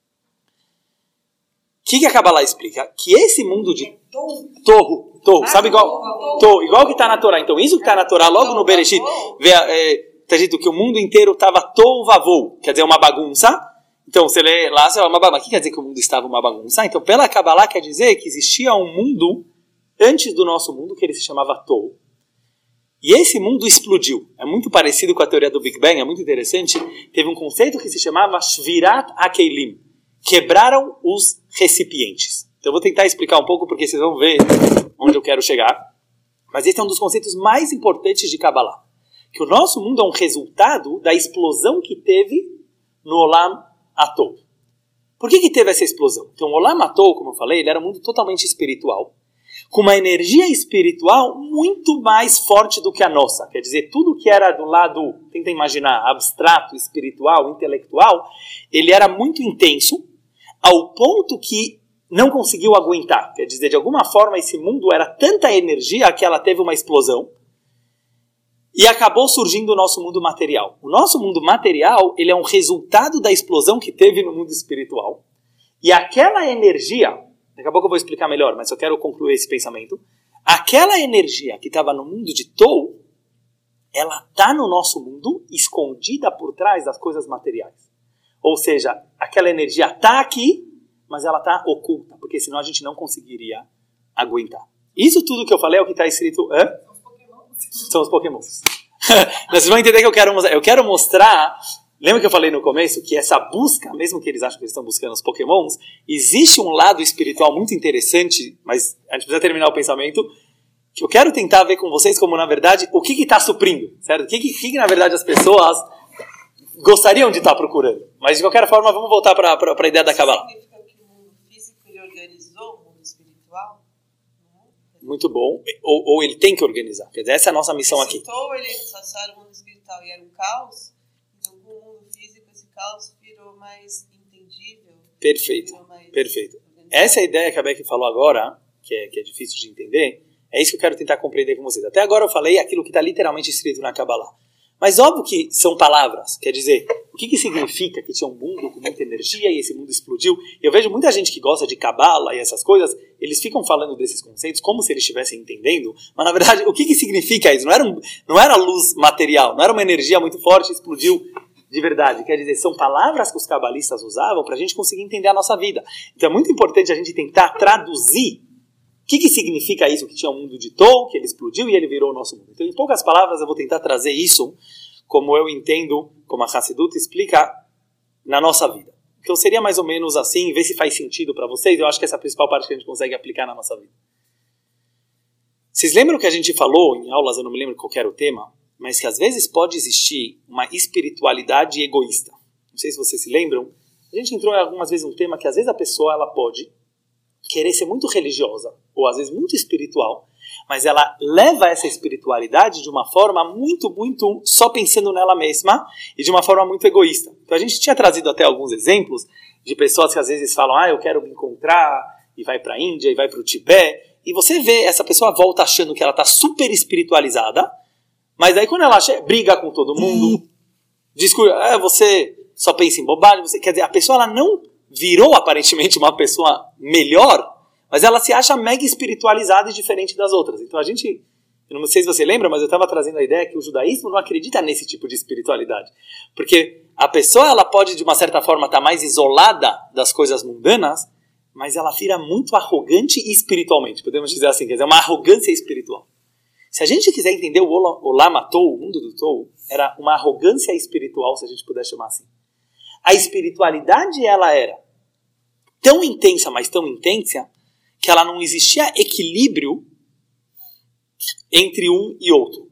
O que, que a Kabbalah explica? Que esse mundo de Tohu, Tohu, sabe igual, Tohu, igual que está na Torá. Então, isso que está na Torá, logo no Bereshit, está é, dito que o mundo inteiro estava Tohu Vavou, quer dizer, uma bagunça. Então, você lê lá, você fala, mas o que quer dizer que o mundo estava uma bagunça? Então, pela Kabbalah quer dizer que existia um mundo antes do nosso mundo, que ele se chamava Tohu. E esse mundo explodiu. É muito parecido com a teoria do Big Bang, é muito interessante. Teve um conceito que se chamava Shvirat HaKeilim. Quebraram os recipientes. Então eu vou tentar explicar um pouco, porque vocês vão ver onde eu quero chegar. Mas esse é um dos conceitos mais importantes de Kabbalah. Que o nosso mundo é um resultado da explosão que teve no Olam HaTohu. Por que que teve essa explosão? Então o Olam HaTohu, como eu falei, ele era um mundo totalmente espiritual, com uma energia espiritual muito mais forte do que a nossa. Quer dizer, tudo que era do lado, tenta imaginar, abstrato, espiritual, intelectual, ele era muito intenso, ao ponto que não conseguiu aguentar. Quer dizer, de alguma forma, esse mundo era tanta energia que ela teve uma explosão e acabou surgindo o nosso mundo material. O nosso mundo material, ele é um resultado da explosão que teve no mundo espiritual. E aquela energia, daqui a pouco eu vou explicar melhor, mas eu quero concluir esse pensamento. Aquela energia que estava no mundo de Tohu, ela está no nosso mundo escondida por trás das coisas materiais. Ou seja, aquela energia está aqui, mas ela está oculta, porque senão a gente não conseguiria aguentar. Isso tudo que eu falei é o que está escrito... Hã? São os Pokémons. São os Pokémons. Vocês vão entender que eu quero mostrar. Eu quero mostrar... Lembra que eu falei no começo que essa busca, mesmo que eles acham que eles estão buscando os Pokémons, existe um lado espiritual muito interessante, mas a gente precisa terminar o pensamento, que eu quero tentar ver com vocês como, na verdade, o que está suprindo, certo? O que, que, que, na verdade, as pessoas gostariam de estar procurando. Mas, de qualquer forma, vamos voltar para a ideia da Kabbalah. Significa que o mundo físico ele organizou o mundo espiritual? Muito bom. Ou, ou ele tem que organizar. Quer dizer, essa é a nossa missão aqui. Ou ele saciou o mundo espiritual e era um caos, então com o mundo físico esse caos virou mais entendível. Perfeito. Mais Perfeito. Essa é a ideia que a Becky falou agora, que é, que é difícil de entender, é isso que eu quero tentar compreender com vocês. Até agora eu falei aquilo que está literalmente escrito na Kabbalah. Mas óbvio que são palavras, quer dizer, o que, que significa que tinha um mundo com muita energia e esse mundo explodiu? Eu vejo muita gente que gosta de Kabbalah e essas coisas, eles ficam falando desses conceitos como se eles estivessem entendendo, mas na verdade, o que, que significa isso? Não era, um, não era luz material, não era uma energia muito forte e explodiu de verdade. Quer dizer, são palavras que os cabalistas usavam para a gente conseguir entender a nossa vida. Então é muito importante a gente tentar traduzir o que, que significa isso, que tinha um mundo de Tohu, que ele explodiu e ele virou o nosso mundo. Então, em poucas palavras, eu vou tentar trazer isso como eu entendo, como a Hassidut explica na nossa vida. Então, seria mais ou menos assim, ver se faz sentido para vocês. Eu acho que essa é a principal parte que a gente consegue aplicar na nossa vida. Vocês lembram que a gente falou em aulas, eu não me lembro qual era o tema, mas que às vezes pode existir uma espiritualidade egoísta. Não sei se vocês se lembram. A gente entrou algumas vezes num tema que às vezes a pessoa ela pode querer ser muito religiosa, ou às vezes muito espiritual, mas ela leva essa espiritualidade de uma forma muito, muito só pensando nela mesma e de uma forma muito egoísta. Então a gente tinha trazido até alguns exemplos de pessoas que às vezes falam, ah, eu quero me encontrar, e vai para a Índia, e vai para o Tibete, e você vê, essa pessoa volta achando que ela está super espiritualizada, mas aí quando ela chega, briga com todo mundo, diz que ah, você só pensa em bobagem, você, quer dizer, a pessoa ela não virou aparentemente uma pessoa melhor, mas ela se acha mega espiritualizada e diferente das outras. Então a gente, eu não sei se você lembra, mas eu estava trazendo a ideia que o judaísmo não acredita nesse tipo de espiritualidade. Porque a pessoa ela pode de uma certa forma estar mais isolada das coisas mundanas, mas ela vira muito arrogante espiritualmente, podemos dizer assim, quer dizer, uma arrogância espiritual. Se a gente quiser entender o Olam HaTohu, o mundo do Tohu, era uma arrogância espiritual, se a gente puder chamar assim. A espiritualidade, ela era tão intensa, mas tão intensa, que ela não existia equilíbrio entre um e outro.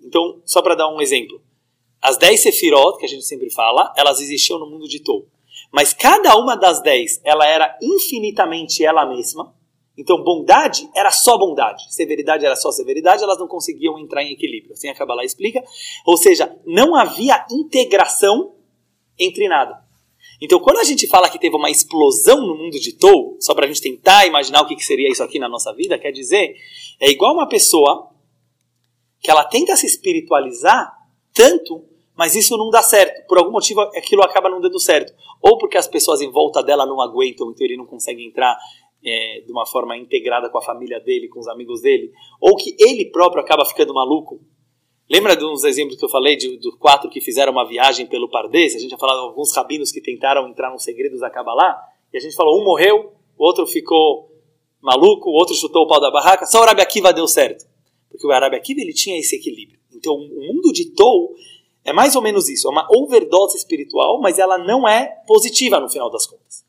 Então, só para dar um exemplo. As dez sefirot, que a gente sempre fala, elas existiam no mundo de Tou. Mas cada uma das dez, ela era infinitamente ela mesma. Então, bondade era só bondade. Severidade era só severidade. Elas não conseguiam entrar em equilíbrio. Assim a Kabbalah explica. Ou seja, não havia integração entre nada. Então, quando a gente fala que teve uma explosão no mundo de Tou, só para a gente tentar imaginar o que seria isso aqui na nossa vida, quer dizer, é igual uma pessoa que ela tenta se espiritualizar tanto, mas isso não dá certo. Por algum motivo, aquilo acaba não dando certo. Ou porque as pessoas em volta dela não aguentam, então ele não consegue entrar é, de uma forma integrada com a família dele, com os amigos dele. Ou que ele próprio acaba ficando maluco. Lembra de uns exemplos que eu falei, de, de quatro que fizeram uma viagem pelo Pardês? A gente já falou de alguns rabinos que tentaram entrar nos segredos da Kabbalah. E a gente falou, um morreu, o outro ficou maluco, o outro chutou o pau da barraca. Só o Rabi Akiva deu certo. Porque o Rabi Akiva ele tinha esse equilíbrio. Então o mundo de Tou é mais ou menos isso. É uma overdose espiritual, mas ela não é positiva no final das contas.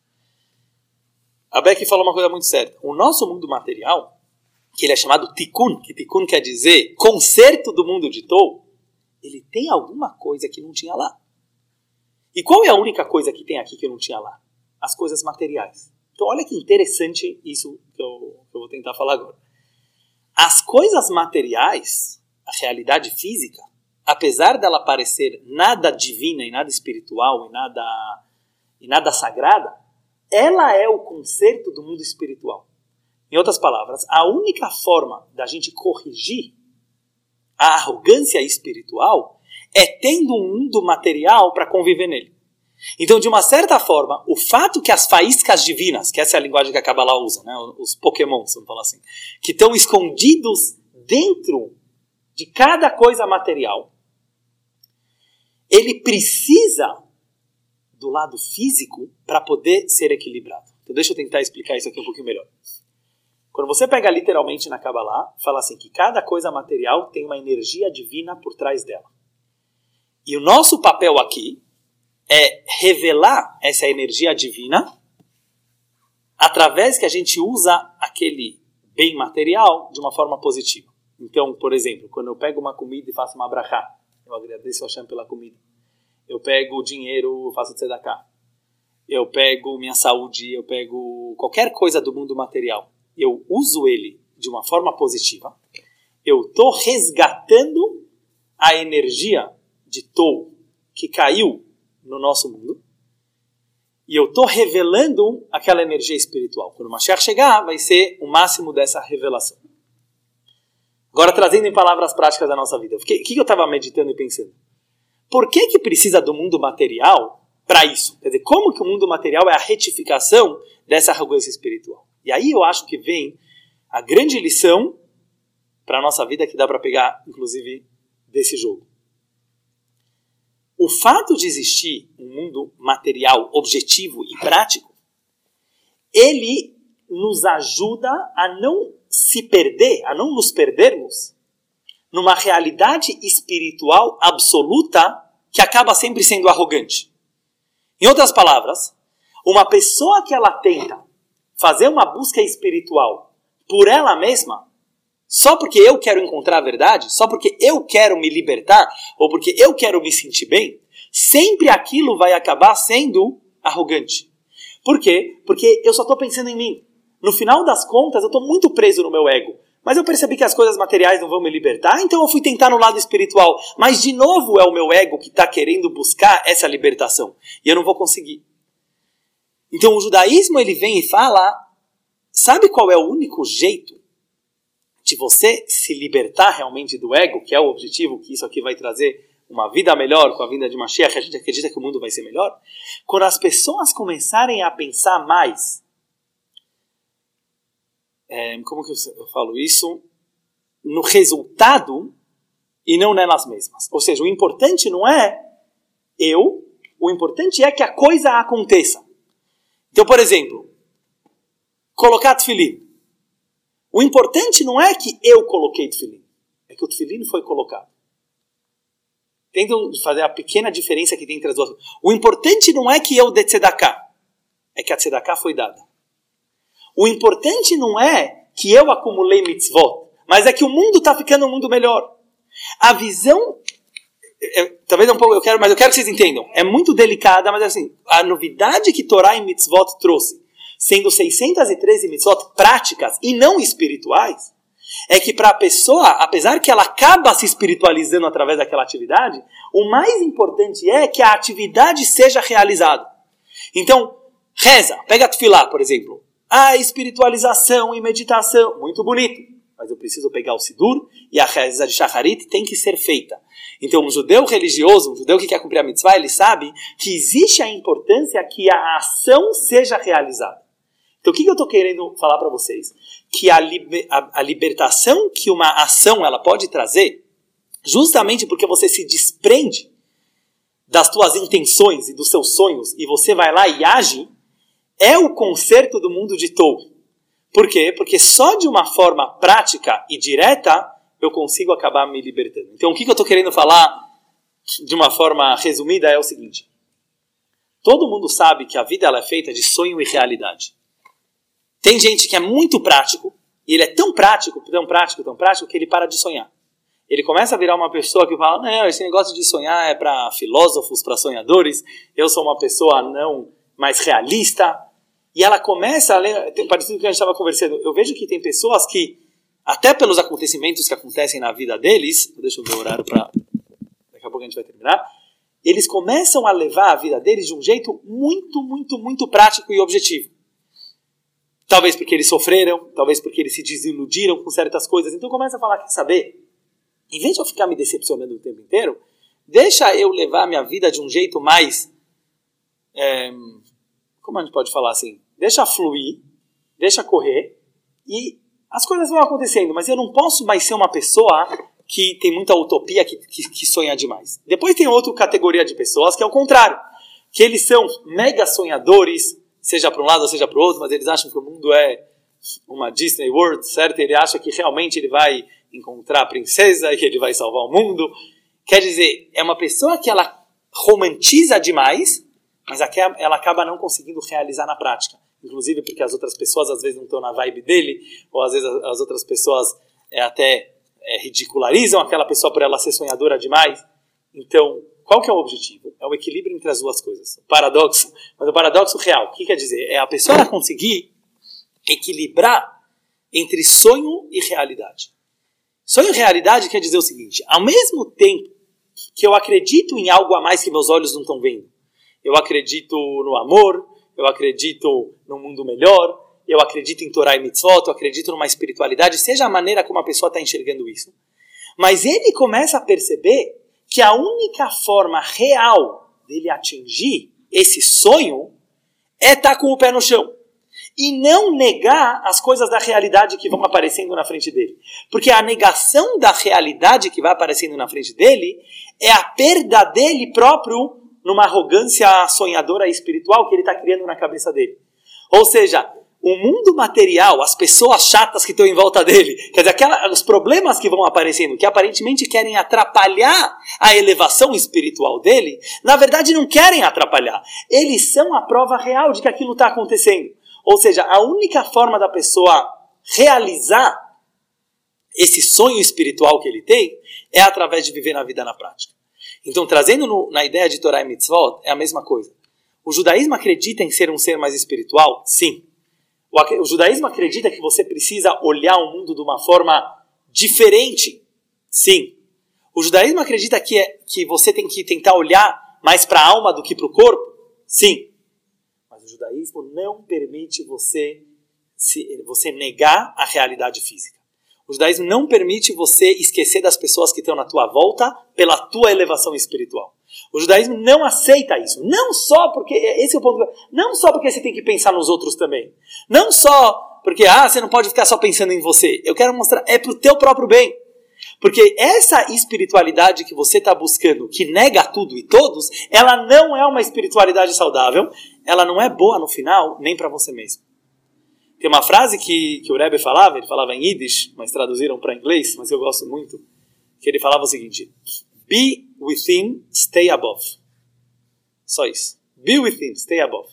A Becky falou uma coisa muito certa. O nosso mundo material, que ele é chamado Tikkun, que Tikkun quer dizer conserto do mundo de Tou, ele tem alguma coisa que não tinha lá. E qual é a única coisa que tem aqui que não tinha lá? As coisas materiais. Então olha que interessante isso que eu, que eu vou tentar falar agora. As coisas materiais, a realidade física, apesar dela parecer nada divina e nada espiritual e nada, e nada sagrada, ela é o conserto do mundo espiritual. Em outras palavras, a única forma da gente corrigir a arrogância espiritual é tendo um mundo material para conviver nele. Então, de uma certa forma, o fato que as faíscas divinas, que essa é a linguagem que a Kabbalah usa, né, os Pokémons, vamos falar assim, que estão escondidos dentro de cada coisa material, ele precisa do lado físico para poder ser equilibrado. Então, deixa eu tentar explicar isso aqui um pouquinho melhor. Quando você pega literalmente na Kabbalah, fala assim que cada coisa material tem uma energia divina por trás dela. E o nosso papel aqui é revelar essa energia divina através que a gente usa aquele bem material de uma forma positiva. Então, por exemplo, quando eu pego uma comida e faço uma brachá, eu agradeço a Hashem pela comida. Eu pego dinheiro, faço tzedakah. Eu pego minha saúde, eu pego qualquer coisa do mundo material. Eu uso ele de uma forma positiva, eu estou resgatando a energia de Tou que caiu no nosso mundo e eu estou revelando aquela energia espiritual. Quando o Mashiach chegar, vai ser o máximo dessa revelação. Agora, trazendo em palavras práticas da nossa vida. O que, que eu estava meditando e pensando? Por que que precisa do mundo material para isso? Quer dizer, como que o mundo material é a retificação dessa arrogância espiritual? E aí eu acho que vem a grande lição para a nossa vida que dá para pegar, inclusive, desse jogo. O fato de existir um mundo material, objetivo e prático, ele nos ajuda a não se perder, a não nos perdermos numa realidade espiritual absoluta que acaba sempre sendo arrogante. Em outras palavras, uma pessoa que ela tenta fazer uma busca espiritual por ela mesma, só porque eu quero encontrar a verdade, só porque eu quero me libertar, ou porque eu quero me sentir bem, sempre aquilo vai acabar sendo arrogante. Por quê? Porque eu só estou pensando em mim. No final das contas, eu estou muito preso no meu ego. Mas eu percebi que as coisas materiais não vão me libertar, então eu fui tentar no lado espiritual. Mas de novo é o meu ego que está querendo buscar essa libertação. E eu não vou conseguir. Então o judaísmo ele vem e fala, sabe qual é o único jeito de você se libertar realmente do ego, que é o objetivo, que isso aqui vai trazer uma vida melhor com a vinda de Mashiach, a gente acredita que o mundo vai ser melhor? Quando as pessoas começarem a pensar mais, é, como que eu falo isso? No resultado e não nelas mesmas. Ou seja, o importante não é eu, o importante é que a coisa aconteça. Então, por exemplo, colocar tefilim. O importante não é que eu coloquei tefilim, é que o tefilim foi colocado. Tentam fazer a pequena diferença que tem entre as duas. O importante não é que eu dê tzedakah, é que a tzedakah foi dada. O importante não é que eu acumulei mitzvot, mas é que o mundo está ficando um mundo melhor. A visão, é, talvez um pouco, eu quero, mas eu quero que vocês entendam, é muito delicada, mas assim, a novidade que Torá e Mitzvot trouxe, sendo seiscentas e treze mitzvot práticas e não espirituais, é que para a pessoa, apesar que ela acaba se espiritualizando através daquela atividade, o mais importante é que a atividade seja realizada. Então, reza, pega a tefilá, por exemplo. A espiritualização e meditação, muito bonito. Mas eu preciso pegar o sidur e a reza de shacharit tem que ser feita. Então, um judeu religioso, um judeu que quer cumprir a mitzvah, ele sabe que existe a importância que a ação seja realizada. Então, o que eu estou querendo falar para vocês? Que a, liber, a, a libertação que uma ação ela pode trazer, justamente porque você se desprende das tuas intenções e dos seus sonhos, e você vai lá e age, é o conserto do mundo de Tou. Por quê? Porque só de uma forma prática e direta eu consigo acabar me libertando. Então, o que eu estou querendo falar de uma forma resumida é o seguinte. Todo mundo sabe que a vida ela é feita de sonho e realidade. Tem gente que é muito prático, e ele é tão prático, tão prático, tão prático, que ele para de sonhar. Ele começa a virar uma pessoa que fala, não, esse negócio de sonhar é para filósofos, para sonhadores, eu sou uma pessoa não mais realista. E ela começa a ler, parecido com o que a gente estava conversando, eu vejo que tem pessoas que, até pelos acontecimentos que acontecem na vida deles, deixa eu ver o horário para, daqui a pouco a gente vai terminar, eles começam a levar a vida deles de um jeito muito, muito, muito prático e objetivo. Talvez porque eles sofreram, talvez porque eles se desiludiram com certas coisas. Então começa a falar, quer saber? Em vez de eu ficar me decepcionando o tempo inteiro, deixa eu levar a minha vida de um jeito mais... É, como a gente pode falar assim? Deixa fluir, deixa correr e as coisas vão acontecendo. Mas eu não posso mais ser uma pessoa que tem muita utopia, que, que, que sonha demais. Depois tem outra categoria de pessoas que é o contrário. Que eles são mega sonhadores, seja para um lado ou seja para o outro, mas eles acham que o mundo é uma Disney World, certo? Ele acha que realmente ele vai encontrar a princesa e que ele vai salvar o mundo. Quer dizer, é uma pessoa que ela romantiza demais, mas ela acaba não conseguindo realizar na prática. Inclusive porque as outras pessoas às vezes não estão na vibe dele, ou às vezes as outras pessoas é, até é, ridicularizam aquela pessoa por ela ser sonhadora demais. Então, qual que é o objetivo? É o equilíbrio entre as duas coisas. O paradoxo, mas o paradoxo real, o que quer dizer? É a pessoa conseguir equilibrar entre sonho e realidade. Sonho e realidade quer dizer o seguinte, ao mesmo tempo que eu acredito em algo a mais que meus olhos não estão vendo, eu acredito no amor, eu acredito num mundo melhor, eu acredito em Torá e Mitzvot, eu acredito numa espiritualidade, seja a maneira como a pessoa está enxergando isso. Mas ele começa a perceber que a única forma real dele atingir esse sonho é estar com o pé no chão. E não negar as coisas da realidade que vão aparecendo na frente dele. Porque a negação da realidade que vai aparecendo na frente dele é a perda dele próprio numa arrogância sonhadora e espiritual que ele está criando na cabeça dele. Ou seja, o mundo material, as pessoas chatas que estão em volta dele, quer dizer, aquela, os problemas que vão aparecendo, que aparentemente querem atrapalhar a elevação espiritual dele, na verdade não querem atrapalhar. Eles são a prova real de que aquilo está acontecendo. Ou seja, a única forma da pessoa realizar esse sonho espiritual que ele tem é através de viver na vida na prática. Então, trazendo no, na ideia de Torá e Mitzvot, é a mesma coisa. O judaísmo acredita em ser um ser mais espiritual? Sim. O, o judaísmo acredita que você precisa olhar o mundo de uma forma diferente? Sim. O judaísmo acredita que, é, que você tem que tentar olhar mais para a alma do que para o corpo? Sim. Mas o judaísmo não permite você, se, você negar a realidade física. O judaísmo não permite você esquecer das pessoas que estão na tua volta pela tua elevação espiritual. O judaísmo não aceita isso. Não só porque, esse é o ponto, não só porque você tem que pensar nos outros também. Não só porque, ah, você não pode ficar só pensando em você. Eu quero mostrar, é pro teu próprio bem. Porque essa espiritualidade que você está buscando, que nega tudo e todos, ela não é uma espiritualidade saudável, ela não é boa no final, nem para você mesmo. Tem uma frase que, que o Rebbe falava, ele falava em Yiddish, mas traduziram para inglês, mas eu gosto muito, que ele falava o seguinte, be within, stay above. Só isso. Be within, stay above.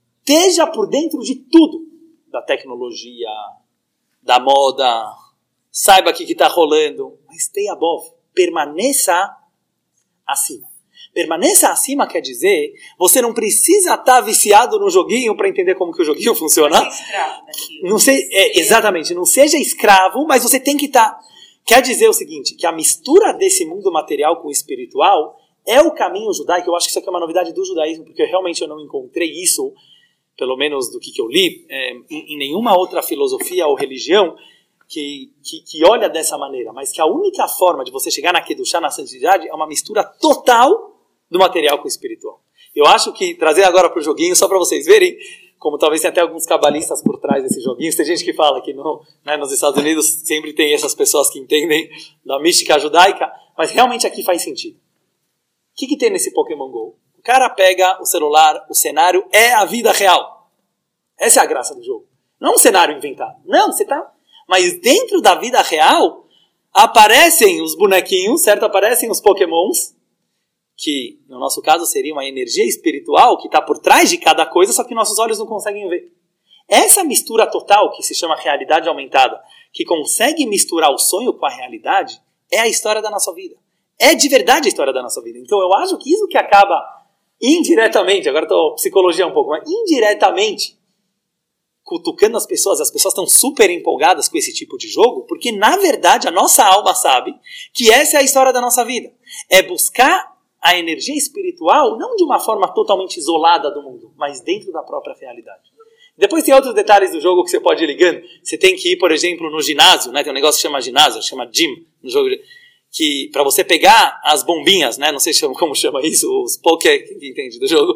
Esteja por dentro de tudo, da tecnologia, da moda, saiba o que está rolando, mas stay above, permaneça acima. Permaneça acima quer dizer, você não precisa estar viciado no joguinho para entender como que o joguinho funciona. Não seja escravo daquilo. Não sei, é, exatamente, não seja escravo, mas você tem que estar... Quer dizer o seguinte, que a mistura desse mundo material com o espiritual é o caminho judaico. Eu acho que isso aqui é uma novidade do judaísmo, porque realmente eu não encontrei isso, pelo menos do que, que eu li, é, em, em nenhuma outra filosofia ou religião que, que, que olha dessa maneira. Mas que a única forma de você chegar na Kedushá, na santidade, é uma mistura total do material com o espiritual. Eu acho que trazer agora para o joguinho, só para vocês verem, como talvez tenha até alguns cabalistas por trás desses joguinhos, tem gente que fala que no, né, nos Estados Unidos sempre tem essas pessoas que entendem da mística judaica, mas realmente aqui faz sentido. O que, que tem nesse Pokémon Go? O cara pega o celular, o cenário é a vida real. Essa é a graça do jogo. Não é um cenário inventado. Não, você tá... Mas dentro da vida real, aparecem os bonequinhos, certo? Aparecem os Pokémons, que no nosso caso seria uma energia espiritual que está por trás de cada coisa, só que nossos olhos não conseguem ver. Essa mistura total, que se chama realidade aumentada, que consegue misturar o sonho com a realidade, é a história da nossa vida. É de verdade a história da nossa vida. Então eu acho que isso que acaba indiretamente, agora estou psicologia um pouco, mas indiretamente cutucando as pessoas, as pessoas estão super empolgadas com esse tipo de jogo, porque na verdade a nossa alma sabe que essa é a história da nossa vida. É buscar a energia espiritual, não de uma forma totalmente isolada do mundo, mas dentro da própria realidade. Depois tem outros detalhes do jogo que você pode ir ligando. Você tem que ir, por exemplo, no ginásio, né? Tem um negócio que chama ginásio, chama gym, no jogo, que para você pegar as bombinhas, né? Não sei como chama isso, os poké, quem entende do jogo,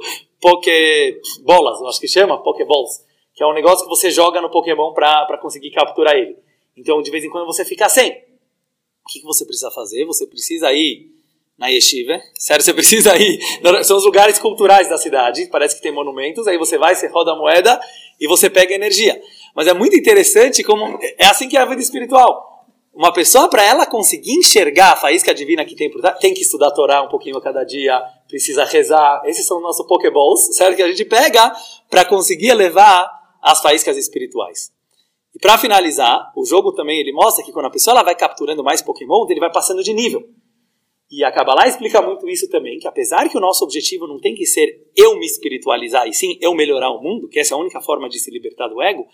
pokébolas, eu acho que chama, pokéballs, que é um negócio que você joga no Pokémon para conseguir capturar ele. Então, de vez em quando você fica sem. O que, que você precisa fazer? Você precisa ir na yeshiva, sério, você precisa ir, são os lugares culturais da cidade, parece que tem monumentos, aí você vai, você roda a moeda e você pega energia. Mas é muito interessante como, é assim que é a vida espiritual. Uma pessoa, para ela conseguir enxergar a faísca divina que tem por trás, tem que estudar a Torá um pouquinho a cada dia, precisa rezar, esses são os nossos pokéballs, certo? Que a gente pega para conseguir elevar as faíscas espirituais. E para finalizar, o jogo também ele mostra que quando a pessoa ela vai capturando mais Pokémon, ele vai passando de nível. E a Kabbalah explica muito isso também, que apesar que o nosso objetivo não tem que ser eu me espiritualizar, e sim eu melhorar o mundo, que essa é a única forma de se libertar do ego,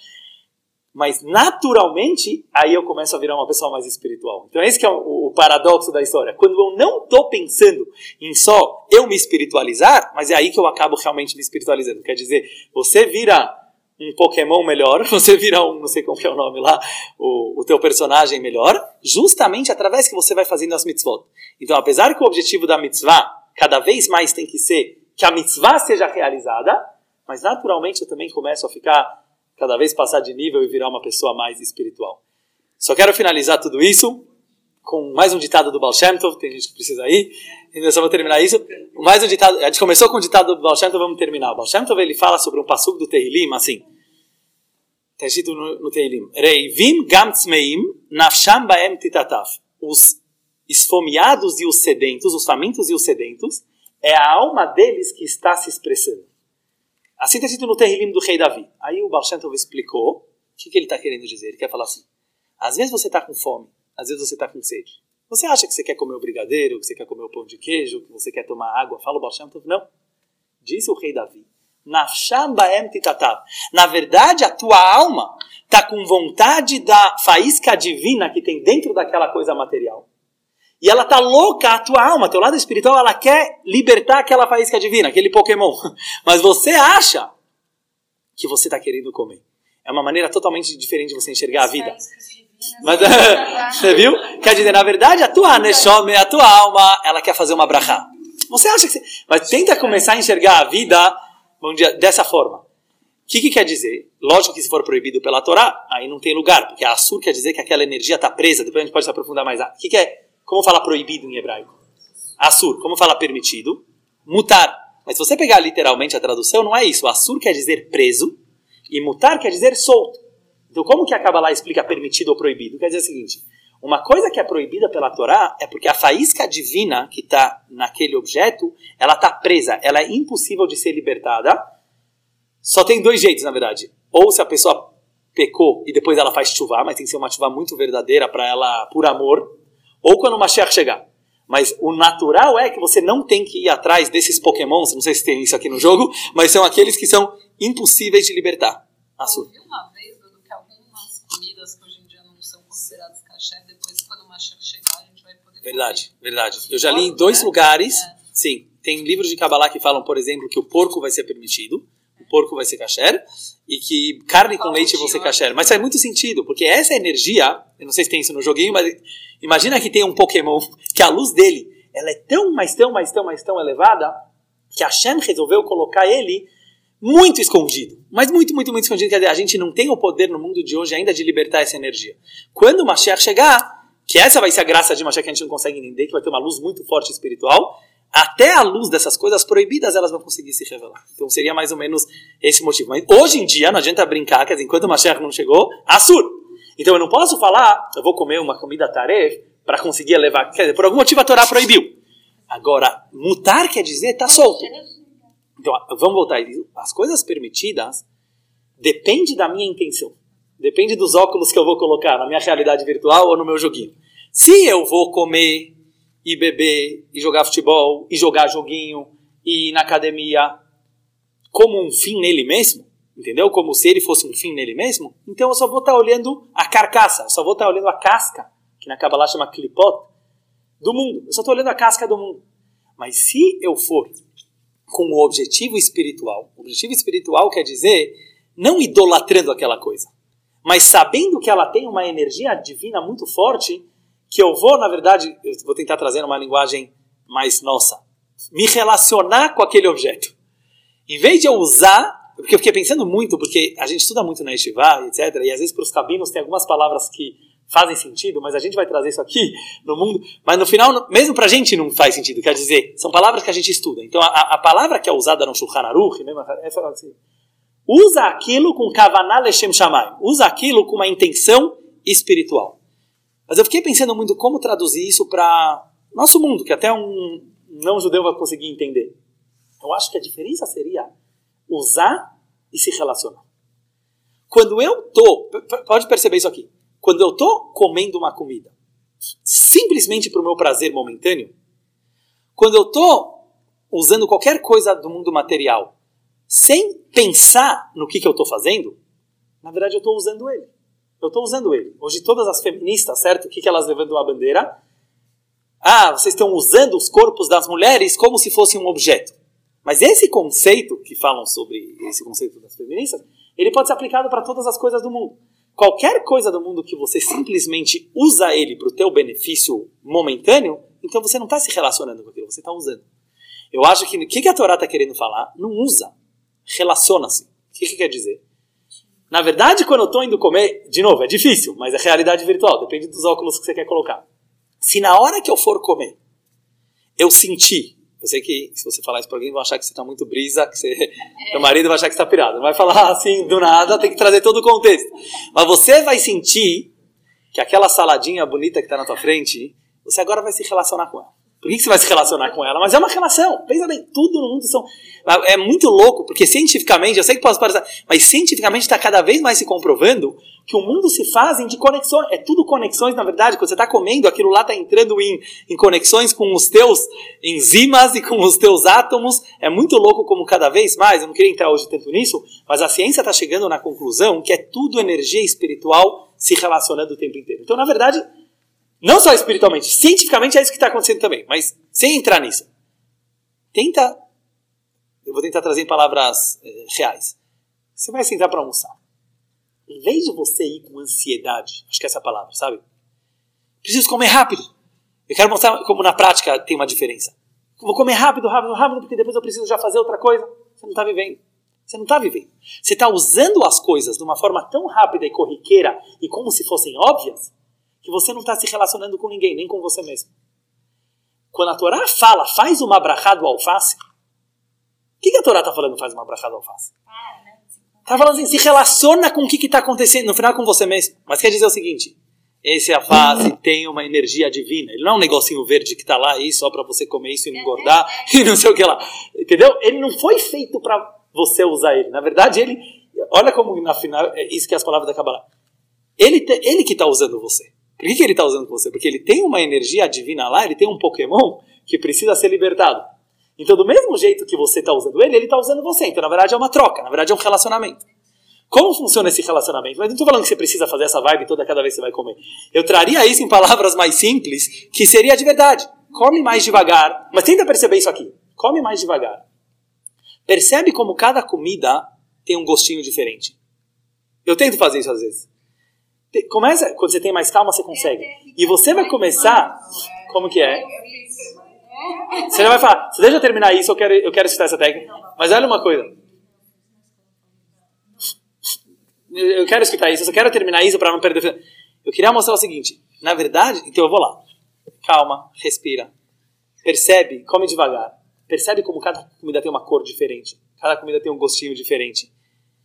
mas naturalmente aí eu começo a virar uma pessoa mais espiritual. Então esse que é o, o paradoxo da história. Quando eu não estou pensando em só eu me espiritualizar, mas é aí que eu acabo realmente me espiritualizando. Quer dizer, você vira um Pokémon melhor, você vira um, não sei como que é o nome lá, o, o teu personagem melhor, justamente através que você vai fazendo as mitzvot. Então, apesar que o objetivo da mitzvah cada vez mais tem que ser que a mitzvah seja realizada, mas naturalmente eu também começo a ficar, cada vez passar de nível e virar uma pessoa mais espiritual. Só quero finalizar tudo isso com mais um ditado do Baal Shem Tov, tem gente que precisa ir, eu só vou terminar isso. Mais um ditado, a gente começou com o ditado do Baal Shem Tov, vamos terminar. O Baal Shem Tov ele fala sobre um passuco do Tehilim, assim, está escrito no, no Tehilim, Reivim gam tzmeim nafsham baem titataf. Os esfomeados e os sedentos, os famintos e os sedentos, é a alma deles que está se expressando. Assim está escrito no Tehilim do rei Davi. Aí o Baal Shem Tov explicou o que, que ele está querendo dizer. Ele quer falar assim, às vezes você está com fome, às vezes você está com sede. Você acha que você quer comer o brigadeiro, que você quer comer o pão de queijo, que você quer tomar água? Fala o Baal Shem Tov, não. Disse o rei Davi, Nafsham baem titatav. Na verdade, a tua alma está com vontade da faísca divina que tem dentro daquela coisa material. E ela está louca, a tua alma, teu lado espiritual, ela quer libertar aquela faísca divina, aquele Pokémon. Mas você acha que você está querendo comer. É uma maneira totalmente diferente de você enxergar a vida. Mas, você viu? Quer dizer, na verdade, a tua neshome, a tua alma, ela quer fazer uma brachá. Você acha que você... Mas tenta começar a enxergar a vida vamos dizer, dessa forma. O que, que quer dizer? Lógico que se for proibido pela Torá, aí não tem lugar, porque a Assur quer dizer que aquela energia está presa, depois a gente pode se aprofundar mais. O que, que é? Como fala proibido em hebraico? Assur, como fala permitido? Mutar. Mas se você pegar literalmente a tradução, não é isso. Assur quer dizer preso, e mutar quer dizer solto. Então, como que a Kabbalah explica permitido ou proibido? Quer dizer o seguinte, uma coisa que é proibida pela Torá é porque a faísca divina que está naquele objeto, ela está presa, ela é impossível de ser libertada. Só tem dois jeitos, na verdade. Ou se a pessoa pecou e depois ela faz chuvá, mas tem que ser uma chuvá muito verdadeira para ela, por amor, ou quando o Mashiach chegar. Mas o natural é que você não tem que ir atrás desses pokémons, não sei se tem isso aqui no jogo, mas são aqueles que são impossíveis de libertar. Eu vi uma vez, Dudu, que algumas comidas que hoje em dia não são consideradas kasher, depois quando o Mashiach chegar a gente vai poder... Verdade, comer. verdade. Eu já li em dois né? lugares, é. sim, tem livros de Kabbalah que falam, por exemplo, que o porco vai ser permitido, o porco vai ser kasher, e que carne com leite vão ser kasher. Mas faz muito sentido, porque essa energia, eu não sei se tem isso no joguinho, mas imagina que tem um Pokémon, que a luz dele, ela é tão, mas tão, mas tão, mas tão elevada, que a Hashem resolveu colocar ele muito escondido. Mas muito, muito, muito escondido. Quer dizer, a gente não tem o poder no mundo de hoje ainda de libertar essa energia. Quando o Mashiach chegar, que essa vai ser a graça de Mashiach que a gente não consegue entender, que vai ter uma luz muito forte espiritual, até a luz dessas coisas proibidas elas vão conseguir se revelar. Então seria mais ou menos esse motivo. Mas hoje em dia não adianta brincar, quer dizer, enquanto o Mashiach não chegou, Assur. Então eu não posso falar, eu vou comer uma comida taref para conseguir elevar. Quer dizer, por algum motivo a Torá proibiu. Agora, mutar quer dizer tá solto. Então vamos voltar aí. As coisas permitidas depende da minha intenção. Depende dos óculos que eu vou colocar na minha realidade virtual ou no meu joguinho. Se eu vou comer e beber, e jogar futebol, e jogar joguinho, e ir na academia, como um fim nele mesmo, entendeu? Como se ele fosse um fim nele mesmo, então eu só vou estar olhando a carcaça, eu só vou estar olhando a casca, que na Kabbalah chama klipot, do mundo. Eu só estou olhando a casca do mundo. Mas se eu for com o objetivo espiritual, o objetivo espiritual quer dizer não idolatrando aquela coisa, mas sabendo que ela tem uma energia divina muito forte, que eu vou, na verdade, eu vou tentar trazer uma linguagem mais nossa, me relacionar com aquele objeto. Em vez de eu usar, porque eu fiquei pensando muito, porque a gente estuda muito na Yeshiva, etcétera, e às vezes para os cabinos tem algumas palavras que fazem sentido, mas a gente vai trazer isso aqui no mundo, mas no final, mesmo para a gente não faz sentido, quer dizer, são palavras que a gente estuda. Então a, a palavra que é usada no Shulchan Aruch, mesmo, é falar assim, usa aquilo com kavanah leshem shamayim, usa aquilo com uma intenção espiritual. Mas eu fiquei pensando muito como traduzir isso para nosso mundo, que até um não-judeu vai conseguir entender. Eu acho que a diferença seria usar e se relacionar. Quando eu tô, pode perceber isso aqui, quando eu tô comendo uma comida, simplesmente para o meu prazer momentâneo, quando eu tô usando qualquer coisa do mundo material, sem pensar no que, que eu tô fazendo, na verdade eu tô usando ele. Eu estou usando ele. Hoje todas as feministas, certo? O que, que elas levantam a bandeira? Ah, vocês estão usando os corpos das mulheres como se fosse um objeto. Mas esse conceito, que falam sobre esse conceito das feministas, ele pode ser aplicado para todas as coisas do mundo. Qualquer coisa do mundo que você simplesmente usa ele para o teu benefício momentâneo, então você não está se relacionando com aquilo, você está usando. Eu acho que o que, que a Torá está querendo falar? Não usa. Relaciona-se. O que, que quer dizer? Na verdade, quando eu estou indo comer, de novo, é difícil, mas é realidade virtual, depende dos óculos que você quer colocar. Se na hora que eu for comer, eu sentir, eu sei que se você falar isso para alguém, vão achar que você está muito brisa, que você, é. Meu marido vai achar que você está pirado. Não vai falar assim, do nada, tem que trazer todo o contexto. Mas você vai sentir que aquela saladinha bonita que está na tua frente, você agora vai se relacionar com ela. Por que você vai se relacionar com ela? Mas é uma relação. Pensa bem, tudo no mundo são... É muito louco, porque cientificamente, eu sei que posso parecer, mas cientificamente está cada vez mais se comprovando que o mundo se fazem de conexões. É tudo conexões, na verdade. Quando você está comendo, aquilo lá está entrando em, em conexões com os teus enzimas e com os teus átomos. É muito louco como cada vez mais, eu não queria entrar hoje tanto nisso, mas a ciência está chegando na conclusão que é tudo energia espiritual se relacionando o tempo inteiro. Então, na verdade... Não só espiritualmente, cientificamente é isso que está acontecendo também, mas sem entrar nisso. Tenta, eu vou tentar trazer em palavras eh, reais. Você vai sentar para almoçar. Em vez de você ir com ansiedade, acho que é essa palavra, sabe? Preciso comer rápido. Eu quero mostrar como na prática tem uma diferença. Eu vou comer rápido, rápido, rápido, porque depois eu preciso já fazer outra coisa. Você não está vivendo. Você não está vivendo. Você está usando as coisas de uma forma tão rápida e corriqueira e como se fossem óbvias, que você não está se relacionando com ninguém, nem com você mesmo. Quando a Torá fala, faz uma brachá do alface, o que, que a Torá está falando, faz uma brachá do alface? Está falando assim, se relaciona com o que está acontecendo, no final com você mesmo. Mas quer dizer o seguinte, esse alface tem uma energia divina, ele não é um negocinho verde que está lá aí só para você comer isso e não engordar e não sei o que lá. Entendeu? Ele não foi feito para você usar ele. Na verdade, ele... olha como na final, é isso que é as palavras da Kabbalah. Ele, te, ele que está usando você. Por que, que ele está usando você? Porque ele tem uma energia divina lá, ele tem um Pokémon que precisa ser libertado. Então, do mesmo jeito que você está usando ele, ele está usando você. Então, na verdade, é uma troca. Na verdade, é um relacionamento. Como funciona esse relacionamento? Mas não estou falando que você precisa fazer essa vibe toda cada vez que você vai comer. Eu traria isso em palavras mais simples, que seria de verdade. Come mais devagar. Mas tenta perceber isso aqui. Come mais devagar. Percebe como cada comida tem um gostinho diferente. Eu tento fazer isso às vezes. Começa, quando você tem mais calma, você consegue. E você vai começar... Como que é? Você já vai falar, deixa eu terminar isso, eu quero, eu quero citar essa técnica. Mas olha uma coisa. Eu quero escutar isso, eu só quero terminar isso para não perder. Eu queria mostrar o seguinte. Na verdade, então eu vou lá. Calma, respira. Percebe, come devagar. Percebe como cada comida tem uma cor diferente. Cada comida tem um gostinho diferente.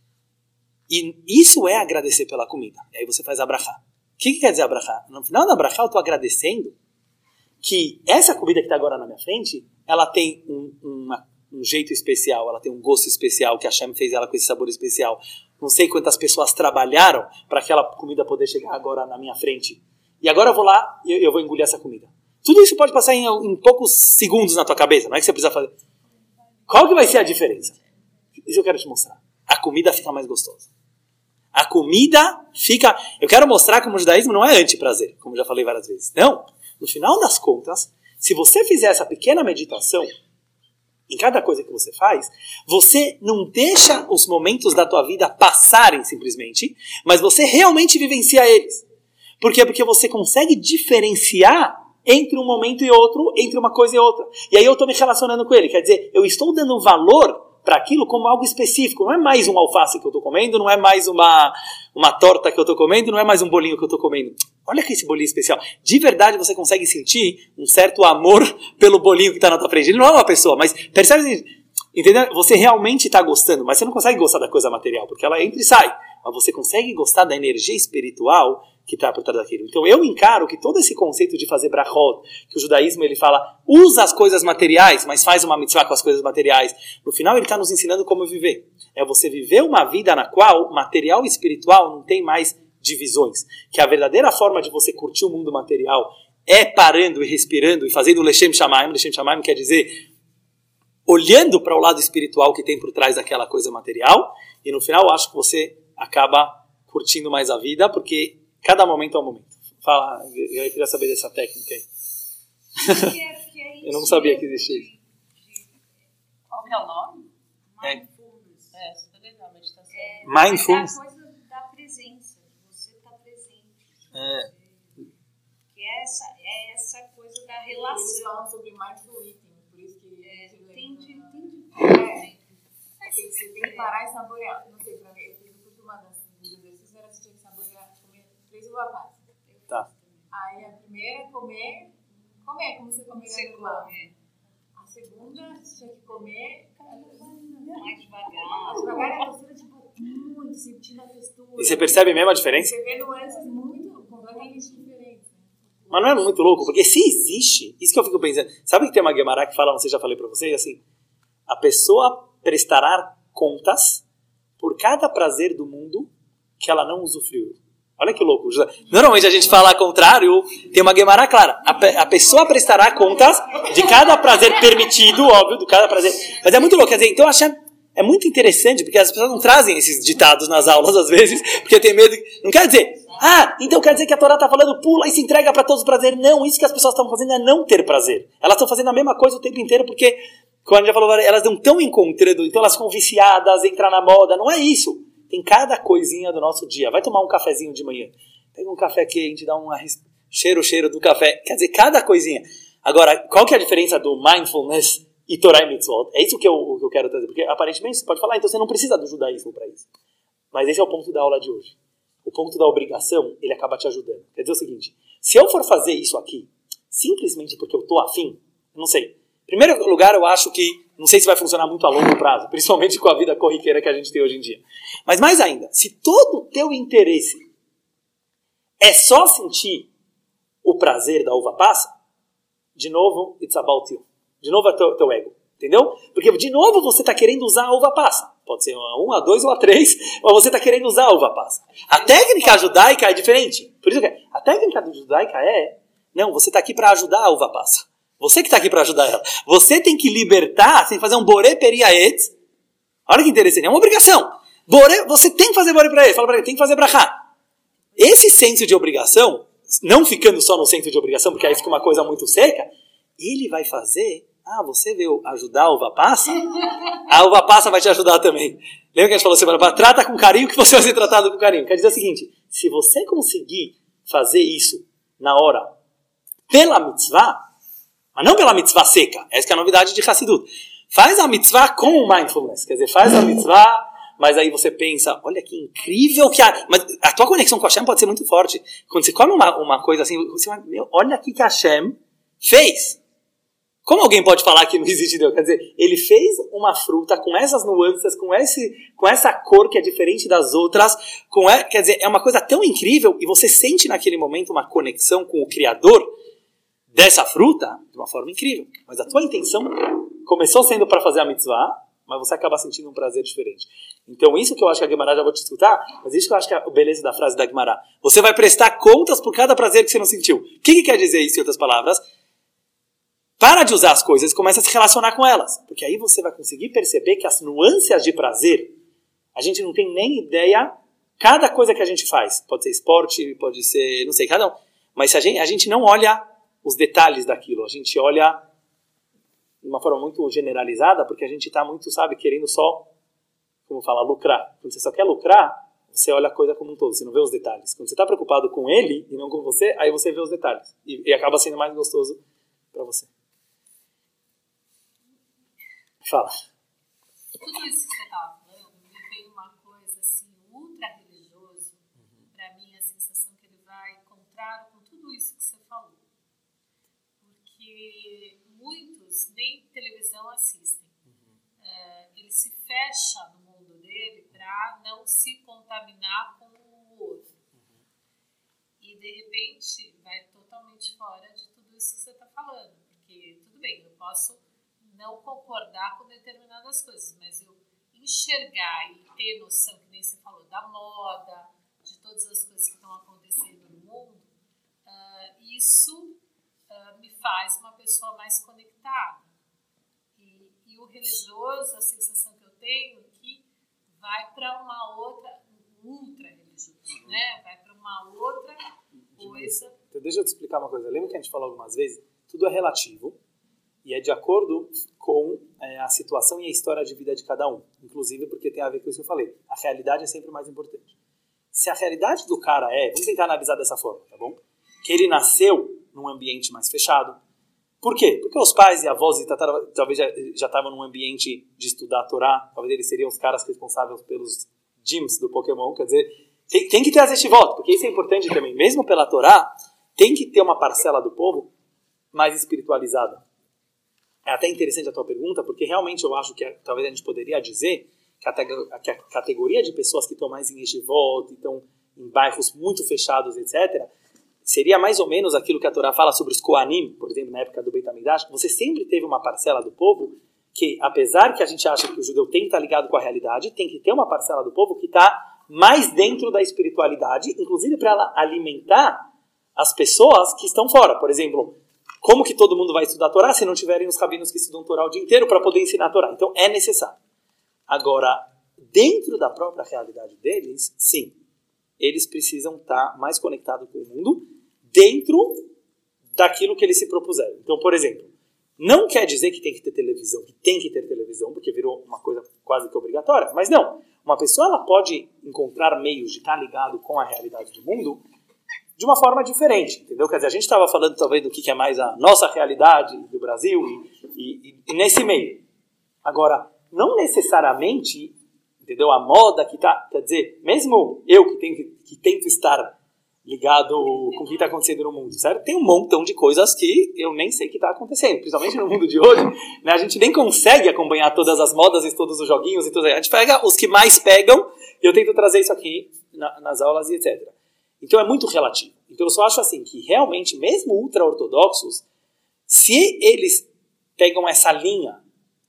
E isso é agradecer pela comida. E aí você faz abrahá. O que, que quer dizer abrahá? No final da abrahá eu estou agradecendo que essa comida que está agora na minha frente, ela tem um, uma, um jeito especial, ela tem um gosto especial, que a Hashem fez ela com esse sabor especial. Não sei quantas pessoas trabalharam para aquela comida poder chegar agora na minha frente. E agora eu vou lá e eu, eu vou engolir essa comida. Tudo isso pode passar em, em poucos segundos na tua cabeça, não é que você precisa fazer. Qual que vai ser a diferença? Isso eu quero te mostrar. A comida fica mais gostosa. A comida fica... Eu quero mostrar como o judaísmo não é anti-prazer, como já falei várias vezes. Não. No final das contas, se você fizer essa pequena meditação, em cada coisa que você faz, você não deixa os momentos da tua vida passarem simplesmente, mas você realmente vivencia eles. Por quê? Porque você consegue diferenciar entre um momento e outro, entre uma coisa e outra. E aí eu estou me relacionando com ele. Quer dizer, eu estou dando valor para aquilo como algo específico. Não é mais um alface que eu estou comendo, não é mais uma, uma torta que eu estou comendo, não é mais um bolinho que eu estou comendo. Olha que esse bolinho especial. De verdade você consegue sentir um certo amor pelo bolinho que está na tua frente. Ele não é uma pessoa, mas percebe, entendeu? Você realmente está gostando, mas você não consegue gostar da coisa material, porque ela entra e sai. Mas você consegue gostar da energia espiritual que está por trás daquilo. Então eu encaro que todo esse conceito de fazer brachot, que o judaísmo ele fala, usa as coisas materiais, mas faz uma mitzvah com as coisas materiais. No final ele está nos ensinando como viver. É você viver uma vida na qual material e espiritual não tem mais divisões. Que a verdadeira forma de você curtir o mundo material é parando e respirando e fazendo o Leshem Shamayim. Leshem Shamayim quer dizer olhando para o lado espiritual que tem por trás daquela coisa material. E no final eu acho que você acaba curtindo mais a vida, porque cada momento é um momento. Fala, eu queria saber dessa técnica aí. Eu não sabia que existia isso. Qual que é o nome? Mindfulness. É, super legal a meditação. É, Mindfulness. É a coisa da presença. Você está presente. É. Que é essa, é essa coisa da Eles relação. falam sobre mindful eating, por isso que É, tem, tem de, tem de é, você tem que parar e saborear. Não sei, pra mim, eu fiz o curso uma das exercícios, era você tinha que saborear, comer três uvas passas. Tá. Aí a primeira é comer, comer, como você comeria Você normal. come. A segunda, você tinha que comer mais devagar. mais devagar, e a terceira, tipo, muito, sentindo a textura. E você percebe mesmo a diferença? Você vê nuances muito, completamente diferentes. Né? Mas não é muito louco? Porque se existe, isso que eu fico pensando, sabe que tem uma Gemara que fala, não sei, já falei pra vocês, assim, a pessoa prestará contas por cada prazer do mundo que ela não usufruiu. Olha que louco. Normalmente a gente fala ao contrário, tem uma Gemara clara. A, pe- a pessoa prestará contas de cada prazer permitido, óbvio, de cada prazer. Mas é muito louco. Quer dizer, então eu acho é muito interessante, porque as pessoas não trazem esses ditados nas aulas às vezes, porque tem medo. Não quer dizer, ah, então quer dizer que a Torá está falando, pula e se entrega para todos os prazeres. Não, isso que as pessoas estão fazendo é não ter prazer. Elas estão fazendo a mesma coisa o tempo inteiro, porque, como a gente já falou, elas não estão encontrando, então elas ficam viciadas, entram na moda. Não é isso. Tem cada coisinha do nosso dia. Vai tomar um cafezinho de manhã. Pega um café quente, dá um cheiro, cheiro do café. Quer dizer, cada coisinha. Agora, qual que é a diferença do mindfulness e Torah e Mitzvot? É isso que eu, que eu quero trazer. Porque, aparentemente, você pode falar, então você não precisa do judaísmo para isso. Mas esse é o ponto da aula de hoje. O ponto da obrigação, ele acaba te ajudando. Quer dizer o seguinte, se eu for fazer isso aqui, simplesmente porque eu tô afim, não sei. Em primeiro lugar, eu acho que não sei se vai funcionar muito a longo prazo, principalmente com a vida corriqueira que a gente tem hoje em dia. Mas mais ainda, se todo o teu interesse é só sentir o prazer da uva passa, de novo, it's about you. De novo é teu, teu ego. Entendeu? Porque de novo você está querendo usar a uva passa. Pode ser a um, a dois ou a três, mas você está querendo usar a uva passa. A técnica judaica é diferente. Por isso que a técnica judaica é, não, você está aqui para ajudar a uva passa. Você que está aqui para ajudar ela. Você tem que libertar, você tem que fazer um boré periaet. Olha que interessante, é uma obrigação. Boré, você tem que fazer boré periaet. Fala para ele, tem que fazer brachá. Esse senso de obrigação, não ficando só no senso de obrigação, porque aí fica uma coisa muito seca, ele vai fazer, ah, você veio ajudar a uva passa? A uva passa vai te ajudar também. Lembra que a gente falou semana passada? Trata com carinho que você vai ser tratado com carinho. Quer dizer o seguinte, se você conseguir fazer isso na hora, pela mitzvah, mas não pela mitzvah seca, essa que é a novidade de Hassidut. Faz a mitzvah com o mindfulness, quer dizer, faz a mitzvah, mas aí você pensa, olha que incrível que a... Mas a tua conexão com Hashem pode ser muito forte. Quando você come uma, uma coisa assim, você vai, meu, olha aqui que Hashem fez. Como alguém pode falar que não existe Deus? Quer dizer, ele fez uma fruta com essas nuances, com, esse, com essa cor que é diferente das outras, com, quer dizer, é uma coisa tão incrível, e você sente naquele momento uma conexão com o Criador dessa fruta de uma forma incrível. Mas a tua intenção começou sendo para fazer a mitzvah, mas você acaba sentindo um prazer diferente. Então isso que eu acho que a Guimará, já vou te escutar, mas isso que eu acho que é a beleza da frase da Guimará. Você vai prestar contas por cada prazer que você não sentiu. O que, que quer dizer isso em outras palavras? Para de usar as coisas e começa a se relacionar com elas. Porque aí você vai conseguir perceber que as nuances de prazer, a gente não tem nem ideia, cada coisa que a gente faz. Pode ser esporte, pode ser, não sei, cada um. Mas a gente, a gente não olha os detalhes daquilo. A gente olha de uma forma muito generalizada, porque a gente está muito, sabe, querendo só, como fala, lucrar. Quando você só quer lucrar, você olha a coisa como um todo, você não vê os detalhes. Quando você está preocupado com ele e não com você, aí você vê os detalhes. E, e acaba sendo mais gostoso para você. Fala. Tudo isso que você estava falando, me veio uma coisa assim, ultra religioso. Uhum. Para mim, a sensação que ele vai contrário com tudo isso que você falou. Porque muitos nem televisão assistem. Uhum. Uh, ele se fecha no mundo dele para não se contaminar com o outro. Uhum. E, de repente, vai totalmente fora de tudo isso que você está falando. Porque, tudo bem, eu posso não concordar com determinadas coisas, mas eu enxergar e ter noção, que nem você falou, da moda, de todas as coisas que estão acontecendo no mundo, uh, isso uh, me faz uma pessoa mais conectada. E, e o religioso, a sensação que eu tenho, que vai para uma outra, ultra religioso, né? Vai para uma outra coisa. Então deixa eu te explicar uma coisa. Lembra que a gente falou algumas vezes? Tudo é relativo. E é de acordo com é, a situação e a história de vida de cada um. Inclusive porque tem a ver com isso que eu falei. A realidade é sempre mais importante. Se a realidade do cara é... Vamos tentar analisar dessa forma, tá bom? Que ele nasceu num ambiente mais fechado. Por quê? Porque os pais e avós talvez já estavam num ambiente de estudar a Torá. Talvez eles seriam os caras responsáveis pelos gyms do Pokémon. Quer dizer, tem, tem que ter este voto. Porque isso é importante também. Mesmo pela Torá, tem que ter uma parcela do povo mais espiritualizada. É até interessante a tua pergunta, porque realmente eu acho que talvez a gente poderia dizer que a, que a categoria de pessoas que estão mais em yeshivot, estão em bairros muito fechados, etcétera, seria mais ou menos aquilo que a Torá fala sobre os Kohanim, por exemplo, na época do Beit HaMikdash. Você sempre teve uma parcela do povo que, apesar que a gente acha que o judeu tem que estar ligado com a realidade, tem que ter uma parcela do povo que está mais dentro da espiritualidade, inclusive para ela alimentar as pessoas que estão fora. Por exemplo, como que todo mundo vai estudar a Torá se não tiverem os rabinos que estudam a Torá o dia inteiro para poder ensinar a Torá? Então é necessário. Agora, dentro da própria realidade deles, sim, eles precisam estar mais conectados com o mundo dentro daquilo que eles se propuseram. Então, por exemplo, não quer dizer que tem que ter televisão, que tem que ter televisão, porque virou uma coisa quase que obrigatória, mas não. Uma pessoa ela pode encontrar meios de estar ligado com a realidade do mundo de uma forma diferente, entendeu? Quer dizer, a gente estava falando talvez do que é mais a nossa realidade do Brasil e, e, e nesse meio. Agora, não necessariamente, entendeu? A moda que está, quer dizer, mesmo eu que, tenho, que tento estar ligado com o que está acontecendo no mundo, certo? Tem um montão de coisas que eu nem sei que está acontecendo, principalmente no mundo de hoje, né? A gente nem consegue acompanhar todas as modas e todos os joguinhos e tudo. A gente pega os que mais pegam e eu tento trazer isso aqui na, nas aulas e etcétera. Então é muito relativo. Então eu só acho assim que realmente, mesmo ultra-ortodoxos, se eles pegam essa linha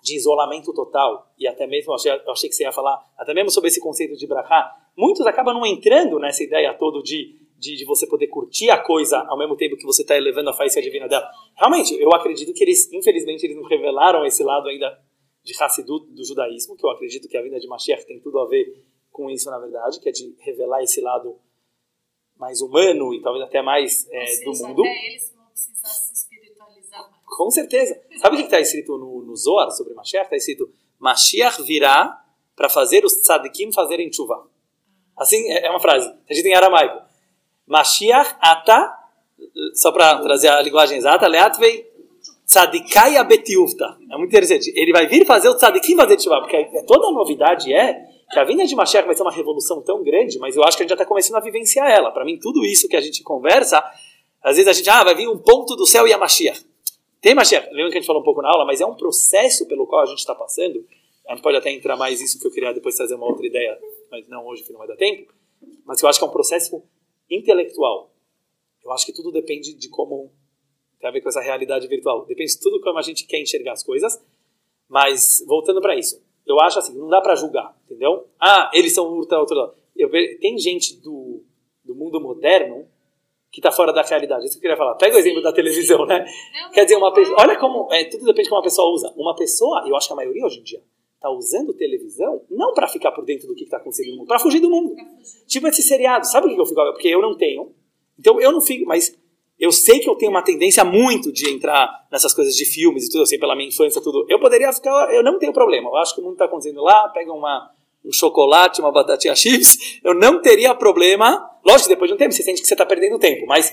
de isolamento total, e até mesmo, eu achei, eu achei que você ia falar, até mesmo sobre esse conceito de brachá, muitos acabam não entrando nessa ideia toda de, de, de você poder curtir a coisa ao mesmo tempo que você está elevando a faísca divina dela. Realmente, eu acredito que eles, infelizmente, eles não revelaram esse lado ainda de Hassidut do judaísmo, que eu acredito que a vinda de Mashiach tem tudo a ver com isso, na verdade, que é de revelar esse lado mais humano e talvez até mais é, seja, do mundo. Até eles vão precisar se espiritualizar mais. Com certeza. Sabe o que está escrito no, no Zohar sobre Mashiach? Está escrito, Mashiach virá para fazer os tzadikim fazerem tshuva. Assim, é uma frase. Está escrito em aramaico. Mashiach ata, só para trazer a linguagem exata, leatvei tzadikai abetiuvta. É muito interessante. Ele vai vir fazer o tzadikim fazer tshuva, porque toda a novidade é que a vinda de Mashiach vai ser uma revolução tão grande, mas eu acho que a gente já está começando a vivenciar ela. Para mim, tudo isso que a gente conversa, às vezes a gente, ah, vai vir um ponto do céu e a Mashiach. Tem Mashiach, lembra que a gente falou um pouco na aula, mas é um processo pelo qual a gente está passando. A gente pode até entrar mais nisso, que eu queria depois trazer uma outra ideia, mas não hoje, que não vai dar tempo. Mas eu acho que é um processo intelectual. Eu acho que tudo depende de como, tem a ver com essa realidade virtual, depende de tudo como a gente quer enxergar as coisas. Mas, voltando para isso, eu acho assim, não dá para julgar, entendeu? Ah, eles são ultra, ultra. Eu, tem gente do, do mundo moderno que está fora da realidade. Isso que eu queria falar. Pega o exemplo da televisão, né? Quer dizer, uma pessoa, olha como, é, tudo depende de como a pessoa usa. Uma pessoa, eu acho que a maioria hoje em dia, está usando televisão não para ficar por dentro do que está acontecendo no mundo, para fugir do mundo. Tipo esse seriado, sabe o que eu fico? Porque eu não tenho. Então eu não fico, mas eu sei que eu tenho uma tendência muito de entrar nessas coisas de filmes e tudo, eu sei pela minha infância, tudo. Eu poderia ficar, eu não tenho problema. Eu acho que o mundo está acontecendo lá, pega uma, um chocolate, uma batatinha chips, eu não teria problema. Lógico, depois de um tempo você sente que você está perdendo tempo, mas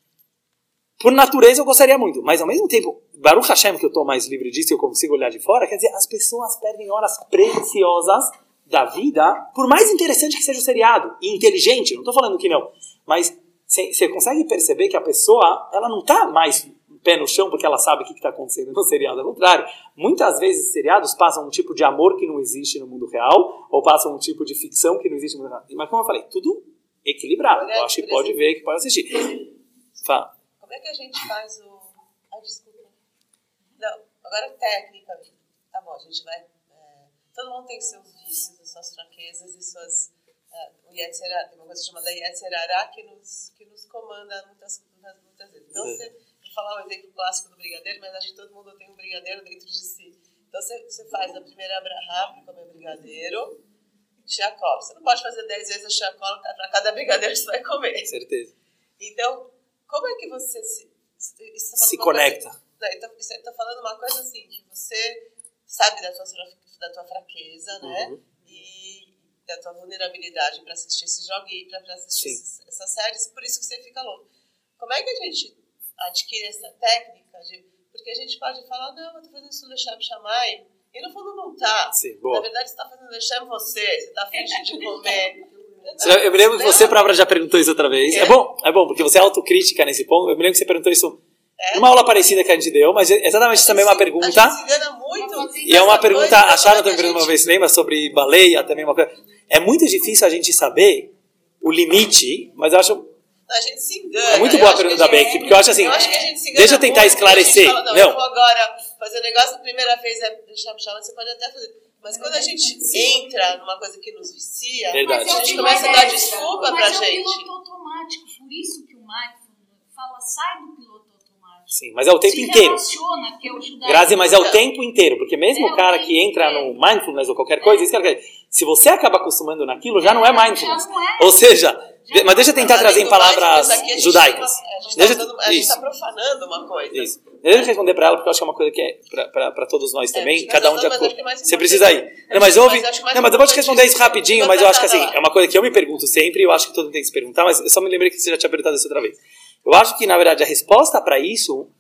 por natureza eu gostaria muito. Mas ao mesmo tempo, Baruch Hashem, que eu estou mais livre disso e eu consigo olhar de fora, quer dizer, as pessoas perdem horas preciosas da vida, por mais interessante que seja o seriado, e inteligente, não estou falando que não, mas você consegue perceber que a pessoa, ela não está mais pé no chão porque ela sabe o que está acontecendo no seriado. Ao contrário, muitas vezes seriados passam um tipo de amor que não existe no mundo real, ou passam um tipo de ficção que não existe no mundo real. Mas como eu falei, tudo equilibrado. Eu acho que pode ver, que pode assistir. Fala. Como é que a gente faz o... Ah, desculpa. Não, agora técnica. Tá bom, a gente vai... É, todo mundo tem seus vícios, suas fraquezas e suas... É, o Yetzirah, tem uma coisa chamada Yetzirah que nos, que nos comanda muitas, muitas, muitas vezes. Então, você... Vou falar o exemplo clássico do brigadeiro, mas acho que todo mundo tem um brigadeiro dentro de si. Então, você, você faz a primeira abrahá para comer brigadeiro, Chiacola. Você não pode fazer dez vezes a Chiacola para cada brigadeiro que você vai comer. Certeza. Então, como é que você se, se, se conecta? Coisa, então, você está falando uma coisa assim, que você sabe da tua, da tua fraqueza, né? Uhum. E da tua vulnerabilidade para assistir esse joguinho, para assistir esses, essas séries, por isso que você fica louco. Como é que a gente adquire essa técnica? De, porque a gente pode falar, não, eu estou fazendo isso no Lechem Shammai, e no fundo não está. Na verdade, você está fazendo Lechem você, você está fingindo de comer. Eu me lembro que você, Bárbara, já perguntou isso outra vez. É. é bom, é bom, porque você é autocrítica nesse ponto. Eu me lembro que você perguntou isso é. numa aula parecida que a gente deu, mas exatamente também é uma pergunta. A gente se engana muito. E é uma pergunta, coisa, acharam também gente... uma vez, lembra, sobre baleia, também uma coisa. É muito difícil a gente saber o limite, mas eu acho... A gente se engana. É muito boa a pergunta da Beck, porque eu acho assim, eu acho que a gente se engana deixa eu tentar muito, esclarecer. Fala, não, não. Eu vou agora fazer o negócio, a primeira vez é deixar puxar, você pode até fazer. Mas quando a gente entra numa coisa que nos vicia, Verdade. a gente começa a dar desculpa pra mas gente. Mas é o piloto automático, por isso que o Mindfulness fala, sai do piloto automático. Sim, mas é o tempo Se inteiro. Relaciona, que é o judaísmo. Grazi, mas é o tempo inteiro, porque mesmo é o cara que entra inteiro. no Mindfulness ou qualquer coisa, é. isso que ela quer dizer. Se você acaba acostumando naquilo, já não é Mindfulness. Não é. Ou seja, já mas deixa eu tentar trazer em palavras judaicas. A gente está profanando uma coisa. Isso. Deixa eu responder para ela, porque eu acho que é uma coisa que é para todos nós também, é, cada um de acordo. Você precisa ir. Não, mas ouve. Não, mas eu vou te responder isso rapidinho, mas eu acho que assim, é uma coisa que eu me pergunto sempre, e eu acho que todo mundo tem que se perguntar, mas eu só me lembrei que você já tinha perguntado isso outra vez. Eu acho que, na verdade, a resposta para isso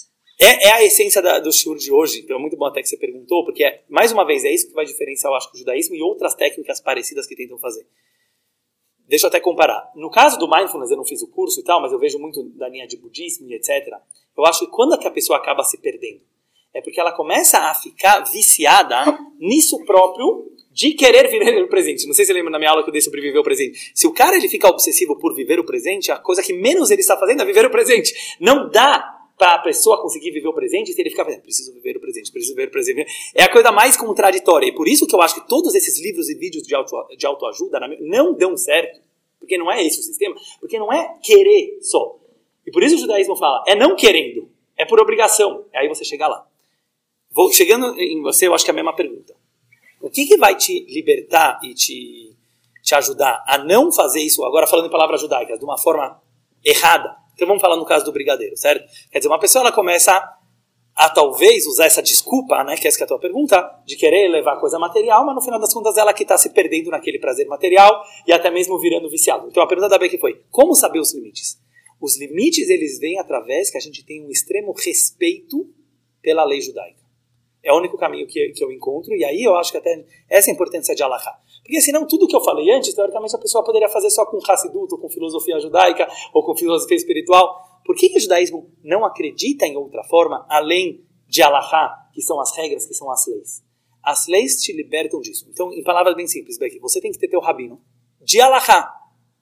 é, é a essência da, do shiur de hoje. Então é muito bom até que você perguntou, porque, é, mais uma vez, é isso que vai diferenciar, eu acho, o judaísmo e outras técnicas parecidas que tentam fazer. Deixa eu até comparar. No caso do Mindfulness, eu não fiz o curso e tal, mas eu vejo muito da linha de budismo e etcétera. Eu acho que quando é que a pessoa acaba se perdendo? É porque ela começa a ficar viciada nisso próprio de querer viver o presente. Não sei se você lembra na minha aula que eu dei sobre viver o presente. Se o cara ele fica obsessivo por viver o presente, a coisa que menos ele está fazendo é viver o presente. Não dá para a pessoa conseguir viver o presente, se ele ficar pensando, preciso viver o presente, preciso viver o presente. É a coisa mais contraditória. E por isso que eu acho que todos esses livros e vídeos de, auto, de autoajuda não dão certo, porque não é esse o sistema, porque não é querer só. E por isso o judaísmo fala, é não querendo, é por obrigação. Aí você chega lá. Vou, chegando em você, eu acho que é a mesma pergunta. O que, que vai te libertar e te, te ajudar a não fazer isso, agora falando em palavras judaicas, de uma forma errada? Então vamos falar no caso do brigadeiro, certo? Quer dizer, uma pessoa ela começa a, a talvez usar essa desculpa, né, que essa que é a tua pergunta, de querer levar coisa material, mas no final das contas ela que está se perdendo naquele prazer material e até mesmo virando viciado. Então a pergunta da Becky foi, como saber os limites? Os limites eles vêm através que a gente tem um extremo respeito pela lei judaica. É o único caminho que, que eu encontro, e aí eu acho que até essa é a importância de Halakha. Porque senão tudo que eu falei antes, teoricamente a pessoa poderia fazer só com Hassidut, ou com filosofia judaica, ou com filosofia espiritual. Por que, que o judaísmo não acredita em outra forma, além de Halakha, que são as regras, que são as leis? As leis te libertam disso. Então, em palavras bem simples, Becky, você tem que ter teu rabino de Halakha.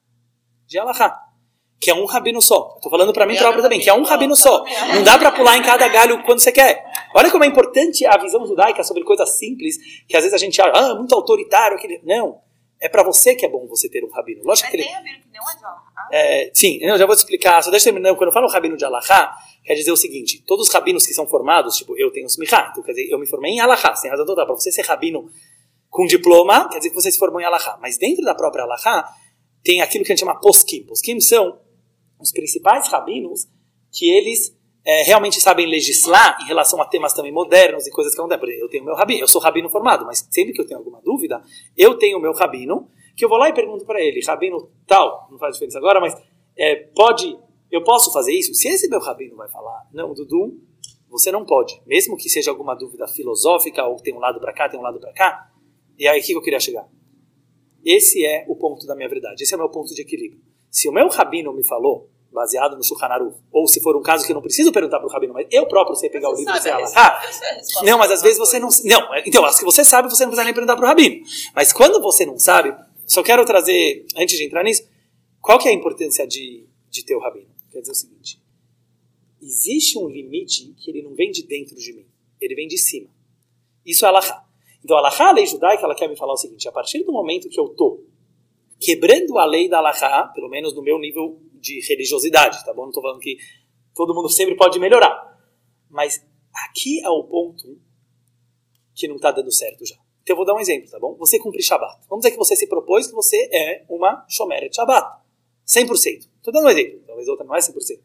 De Halakha. Que é um rabino só. Estou falando para mim próprio também, que é um rabino só. Não dá para pular em cada galho quando você quer. Olha como é importante a visão judaica sobre coisas simples, que às vezes a gente acha, ah, muito autoritário. Aquele... Não, é para você que é bom você ter um rabino. Lógico Mas que ele... tem rabino que não é de Halakha? É, sim, eu já vou te explicar. Só deixa eu terminar. Quando eu falo rabino de Halakha, quer dizer o seguinte, todos os rabinos que são formados, tipo, eu tenho smichá, então quer dizer, eu me formei em Halakha, sem razão total. Para você ser rabino com diploma, quer dizer que você se formou em Halakha. Mas dentro da própria Halakha, tem aquilo que a gente chama poskim. Poskim são os principais rabinos que eles é, realmente sabem legislar em relação a temas também modernos e coisas que acontecem. Eu tenho meu rabino, eu sou rabino formado, mas sempre que eu tenho alguma dúvida, eu tenho o meu rabino, que eu vou lá e pergunto para ele, rabino tal, não faz diferença agora, mas é, pode, eu posso fazer isso? Se esse meu rabino vai falar, não, Dudu, você não pode, mesmo que seja alguma dúvida filosófica, ou tem um lado para cá, tem um lado para cá, e aí aqui que eu queria chegar. Esse é o ponto da minha verdade, esse é o meu ponto de equilíbrio. Se o meu rabino me falou, baseado no Shulchan Aruch, ou se for um caso que eu não preciso perguntar para o rabino, mas eu próprio sei pegar você o livro e sei lá. Ah, não, mas às vezes você não... Não, então, as que você sabe, você não precisa nem perguntar para o rabino. Mas quando você não sabe, só quero trazer, antes de entrar nisso, qual que é a importância de, de ter o rabino? Quer dizer o seguinte, existe um limite que ele não vem de dentro de mim, ele vem de cima. Isso é Halakha. Então, a Halakha, a lei judaica, ela quer me falar o seguinte, a partir do momento que eu estou quebrando a lei da Halakha, pelo menos no meu nível de religiosidade, tá bom? Não estou falando que todo mundo sempre pode melhorar. Mas aqui é o ponto que não está dando certo já. Então eu vou dar um exemplo, tá bom? Você cumpre Shabbat. Vamos dizer que você se propôs que você é uma Shomeret Shabbat. cem por cento. Estou dando um exemplo. Talvez outra não é cem por cento.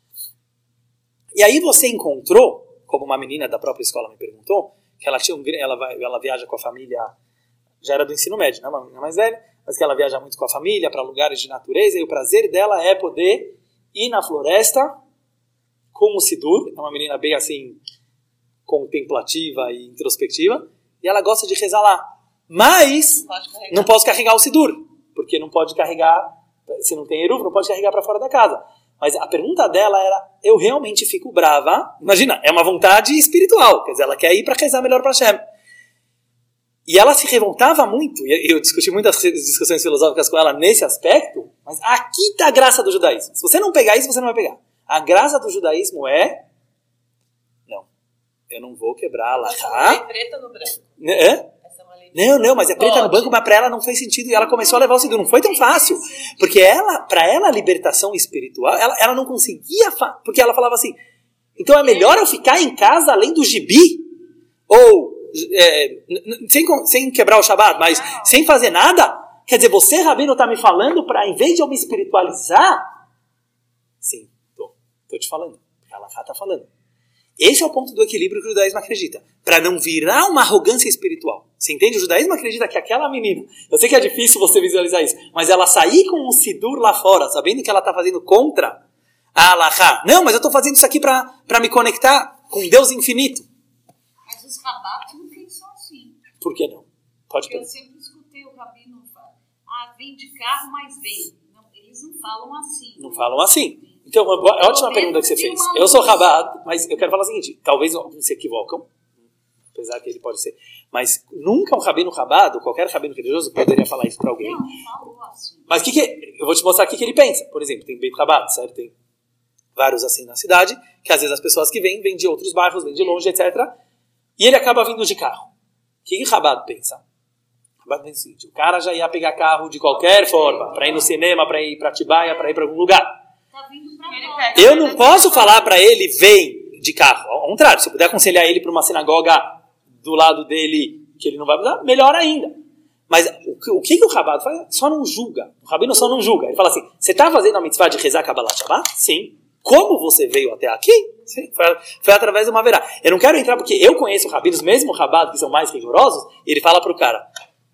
E aí você encontrou, como uma menina da própria escola me perguntou, que ela, tinha um, ela, vai, ela viaja com a família, já era do ensino médio, não é uma menina mais velha, mas que ela viaja muito com a família para lugares de natureza, e o prazer dela é poder ir na floresta com o Sidur, é uma menina bem assim, contemplativa e introspectiva, e ela gosta de rezar lá. Mas não, não posso carregar o Sidur, porque não pode carregar, se não tem eruv, não pode carregar para fora da casa. Mas a pergunta dela era, eu realmente fico brava, imagina, é uma vontade espiritual, quer dizer, ela quer ir para rezar melhor para Hashem. E ela se revoltava muito, e eu discuti muitas discussões filosóficas com ela nesse aspecto, mas aqui está a graça do judaísmo. Se você não pegar isso, você não vai pegar. A graça do judaísmo é, não, eu não vou quebrar a Halakha. Essa é uma lei preta no branco. Hã? Essa é uma lei Não, não, mas é preta Pode. no banco, mas para ela não fez sentido, e ela começou a levar o Sidur. Não foi tão fácil, porque ela, para ela a libertação espiritual, ela, ela não conseguia, fa- porque ela falava assim, então é melhor eu ficar em casa além do gibi? Ou... É, sem, sem quebrar o Shabbat, mas não. Sem fazer nada, quer dizer, você, Rabino, está me falando para, em vez de eu me espiritualizar, sim, tô, tô te falando, a Halakha está falando. Esse é o ponto do equilíbrio que o judaísmo acredita, para não virar uma arrogância espiritual. Você entende? O judaísmo acredita que aquela menina, eu sei que é difícil você visualizar isso, mas ela sair com um Sidur lá fora, sabendo que ela está fazendo contra a Halakha. Não, mas eu estou fazendo isso aqui para me conectar com Deus infinito. Mas os rabatos não pensam assim. Por que não? Pode Porque eu sempre escutei o rabino falar, ah, vem de carro, mas vem. Não, eles não falam assim. Não falam assim. Então, uma boa, ótima pergunta que você fez. Eu sou rabado, mas eu quero falar o seguinte, talvez alguns se equivocam, apesar que ele pode ser, mas nunca um rabino rabado, qualquer rabino religioso, poderia falar isso para alguém. Não, não falou assim. Mas o que que, eu vou te mostrar o que, que ele pensa. Por exemplo, tem Beit Rabado, certo? Tem vários assim na cidade, que às vezes as pessoas que vêm, vêm de outros bairros, vêm de longe, etcétera. E ele acaba vindo de carro. O que o Chabad pensa? O Chabad pensa o seguinte, o cara já ia pegar carro de qualquer forma, para ir no cinema, para ir para Atibaia, para ir para algum lugar. Tá vindo pra cá. Eu não posso falar para ele, vem de carro. Ao contrário, se eu puder aconselhar ele para uma sinagoga do lado dele, que ele não vai precisar, melhor ainda. Mas o, o que, que o Chabad faz? Só não julga. O Rabino só não julga. Ele fala assim, você está fazendo a mitzvah de rezar Kabbalat Shabbat? Sim. Como você veio até aqui? Sim. Foi, foi através de uma verá. Eu não quero entrar porque eu conheço rabinos, mesmo o Chabad, que são mais rigorosos, e ele fala para o cara,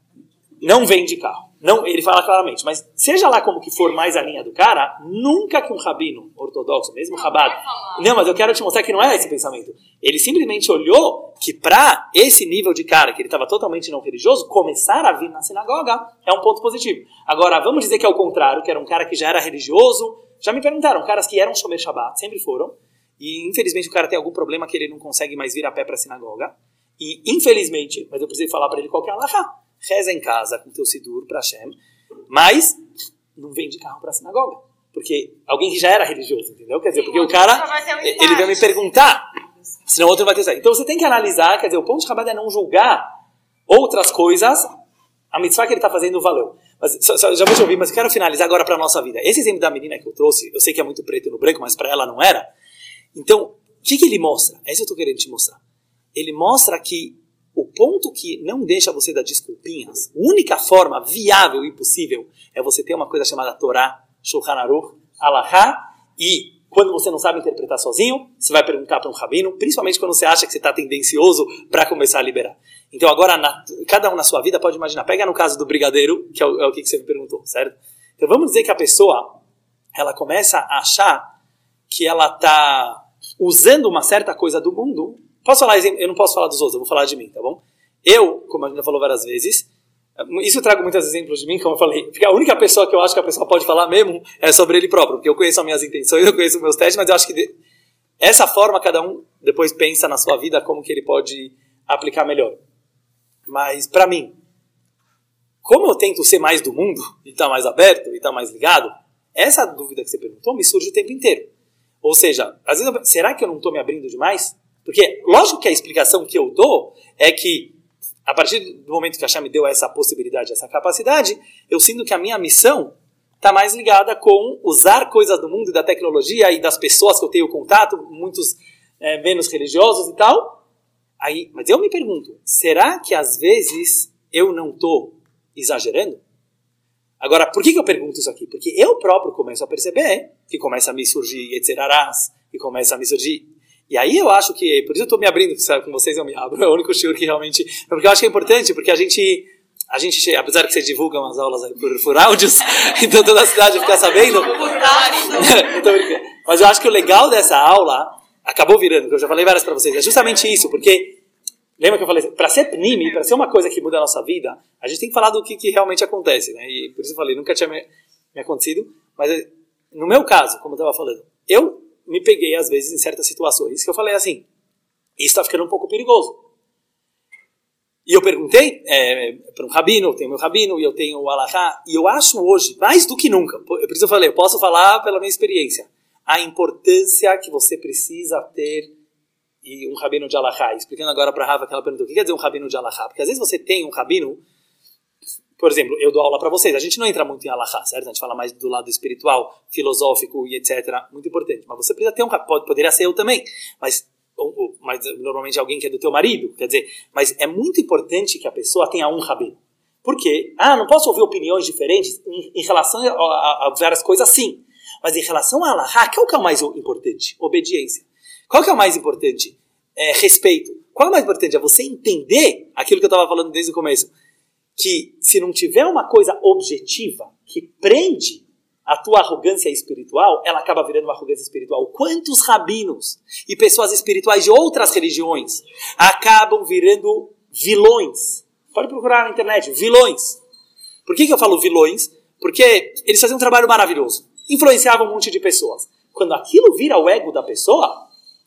não vem de carro. Não, ele fala claramente, mas seja lá como que for mais a linha do cara, nunca que um rabino ortodoxo, mesmo o Chabad, não, mas eu quero te mostrar que não é esse pensamento. Ele simplesmente olhou que para esse nível de cara, que ele estava totalmente não religioso, começar a vir na sinagoga é um ponto positivo. Agora, vamos dizer que é o contrário, que era um cara que já era religioso. Já me perguntaram, caras que eram Shomer Shabbat, sempre foram, e infelizmente o cara tem algum problema que ele não consegue mais vir a pé para a sinagoga, e infelizmente, mas eu precisei falar para ele qual que é a alahá, reza em casa com teu sidur para Hashem, mas não vem de carro para a sinagoga, porque alguém que já era religioso, entendeu? Quer dizer, porque o cara, ele veio me perguntar, senão o outro vai ter saído. Então você tem que analisar, quer dizer, o ponto de Chabad é não julgar outras coisas, a mitzvah que ele está fazendo valeu. Mas, só, só, já vou te ouvir, mas eu quero finalizar agora para a nossa vida. Esse exemplo da menina que eu trouxe, eu sei que é muito preto no branco, mas para ela não era. Então, o que, que ele mostra? É isso que eu estou querendo te mostrar. Ele mostra que o ponto que não deixa você dar desculpinhas, a única forma viável e possível é você ter uma coisa chamada Torá, Shulchan Aruch, Alahá, e quando você não sabe interpretar sozinho, você vai perguntar para um rabino, principalmente quando você acha que você está tendencioso para começar a liberar. Então agora, na, cada um na sua vida pode imaginar, pega no caso do brigadeiro, que é o, é o que você me perguntou, certo? Então vamos dizer que a pessoa, ela começa a achar que ela está usando uma certa coisa do mundo. Posso falar, eu não posso falar dos outros, eu vou falar de mim, tá bom? Eu, como a gente já falou várias vezes, isso eu trago muitos exemplos de mim, como eu falei, porque a única pessoa que eu acho que a pessoa pode falar mesmo é sobre ele próprio, porque eu conheço as minhas intenções, eu conheço os meus testes, mas eu acho que de, essa forma cada um depois pensa na sua vida como que ele pode aplicar melhor. Mas para mim, como eu tento ser mais do mundo, e estar tá mais aberto, e estar tá mais ligado, essa dúvida que você perguntou me surge o tempo inteiro. Ou seja, às vezes eu, será que eu não estou me abrindo demais? Porque lógico que a explicação que eu dou é que a partir do momento que a Hashem me deu essa possibilidade, essa capacidade, eu sinto que a minha missão está mais ligada com usar coisas do mundo e da tecnologia e das pessoas que eu tenho contato, muitos é, menos religiosos e tal. Aí, mas eu me pergunto, será que às vezes eu não estou exagerando? Agora, por que, que eu pergunto isso aqui? Porque eu próprio começo a perceber que começa a me surgir Yetzirarás, que começa a me surgir... E aí eu acho que, por isso eu estou me abrindo, com vocês eu me abro, é o único shiur que realmente... Porque eu acho que é importante, porque a gente, a gente apesar que vocês divulgam as aulas aí por, por áudios, então toda a cidade fica sabendo... Mas eu acho que o legal dessa aula, acabou virando, que eu já falei várias para vocês, é justamente isso, porque... Lembra que eu falei, para ser pnimi, para ser uma coisa que muda a nossa vida, a gente tem que falar do que, que realmente acontece, né? E por isso eu falei, nunca tinha me, me acontecido, mas no meu caso, como eu estava falando, eu me peguei às vezes em certas situações que eu falei assim, isso está ficando um pouco perigoso. E eu perguntei é, para um rabino, eu tenho meu rabino, e eu tenho o alahá, e eu acho hoje, mais do que nunca, por isso eu falei, eu posso falar pela minha experiência, a importância que você precisa ter e um rabino de alahá. Explicando agora para a Rafa que ela perguntou, o que quer dizer um rabino de alahá? Porque às vezes você tem um rabino, por exemplo, eu dou aula para vocês, a gente não entra muito em alahá, certo? A gente fala mais do lado espiritual, filosófico e etcétera. Muito importante. Mas você precisa ter um, pode, poderia ser eu também, mas, ou, ou, mas normalmente alguém que é do teu marido, quer dizer, mas é muito importante que a pessoa tenha um rabino. Por quê? Ah, não posso ouvir opiniões diferentes em, em relação a, a, a várias coisas, sim. Mas em relação a alahá, qual que é o mais importante? Obediência. Qual que é o mais importante? É, respeito. Qual é o mais importante? É você entender aquilo que eu estava falando desde o começo. Que se não tiver uma coisa objetiva que prende a tua arrogância espiritual, ela acaba virando uma arrogância espiritual. Quantos rabinos e pessoas espirituais de outras religiões acabam virando vilões? Pode procurar na internet, vilões. Por que, que eu falo vilões? Porque eles faziam um trabalho maravilhoso. Influenciavam um monte de pessoas. Quando aquilo vira o ego da pessoa,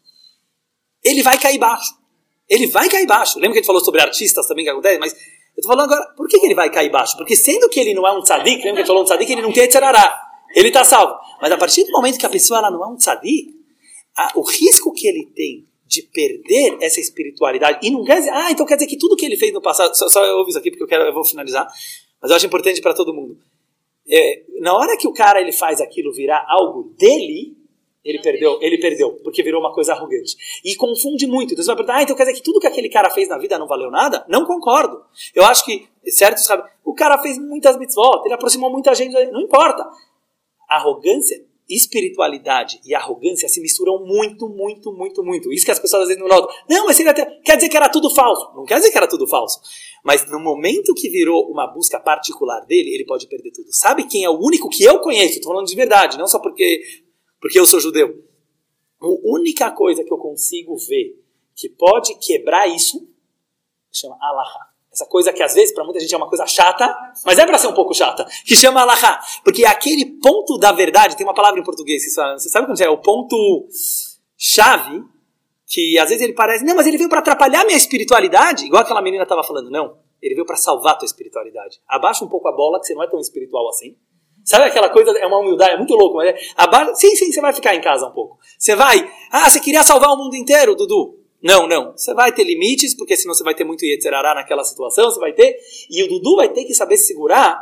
ele vai cair baixo. Ele vai cair baixo. Lembra que a gente falou sobre artistas também que acontece? Mas eu tô falando agora, por que, que ele vai cair baixo? Porque sendo que ele não é um tzadik, lembra que a gente falou um tzadik, ele não tem etzerará. Ele está salvo. Mas a partir do momento que a pessoa ela não é um tzadik, a, o risco que ele tem de perder essa espiritualidade, e não quer dizer, ah, então quer dizer que tudo que ele fez no passado, só, só eu ouvo isso aqui porque eu, quero, eu vou finalizar, mas eu acho importante para todo mundo. É, na hora que o cara ele faz aquilo virar algo dele, ele perdeu, ele perdeu, porque virou uma coisa arrogante. E confunde muito. Então você vai perguntar, ah, então quer dizer que tudo que aquele cara fez na vida não valeu nada? Não concordo. Eu acho que, certo, sabe, o cara fez muitas mitzvot, ele aproximou muita gente, não importa. Arrogância, espiritualidade e arrogância se misturam muito, muito, muito, muito. Isso que as pessoas às vezes não notam. Não, mas ele quer dizer que era tudo falso. Não quer dizer que era tudo falso. Mas no momento que virou uma busca particular dele, ele pode perder tudo. Sabe quem é o único que eu conheço? Estou falando de verdade, não só porque... porque eu sou judeu. A única coisa que eu consigo ver que pode quebrar isso chama Alahá. Essa coisa que às vezes para muita gente é uma coisa chata, mas é para ser um pouco chata, que chama Alahá. Porque aquele ponto da verdade, tem uma palavra em português, você sabe como é? O ponto chave, que às vezes ele parece, não, mas ele veio para atrapalhar minha espiritualidade, igual aquela menina estava falando, não. Ele veio para salvar a tua espiritualidade. Abaixa um pouco a bola, que você não é tão espiritual assim. Sabe aquela coisa, é uma humildade, é muito louco, mas é, abaixa, sim, sim, você vai ficar em casa um pouco. Você vai, ah, você queria salvar o mundo inteiro, Dudu? Não, não. Você vai ter limites, porque senão você vai ter muito yetzerará naquela situação, você vai ter, e o Dudu vai ter que saber se segurar.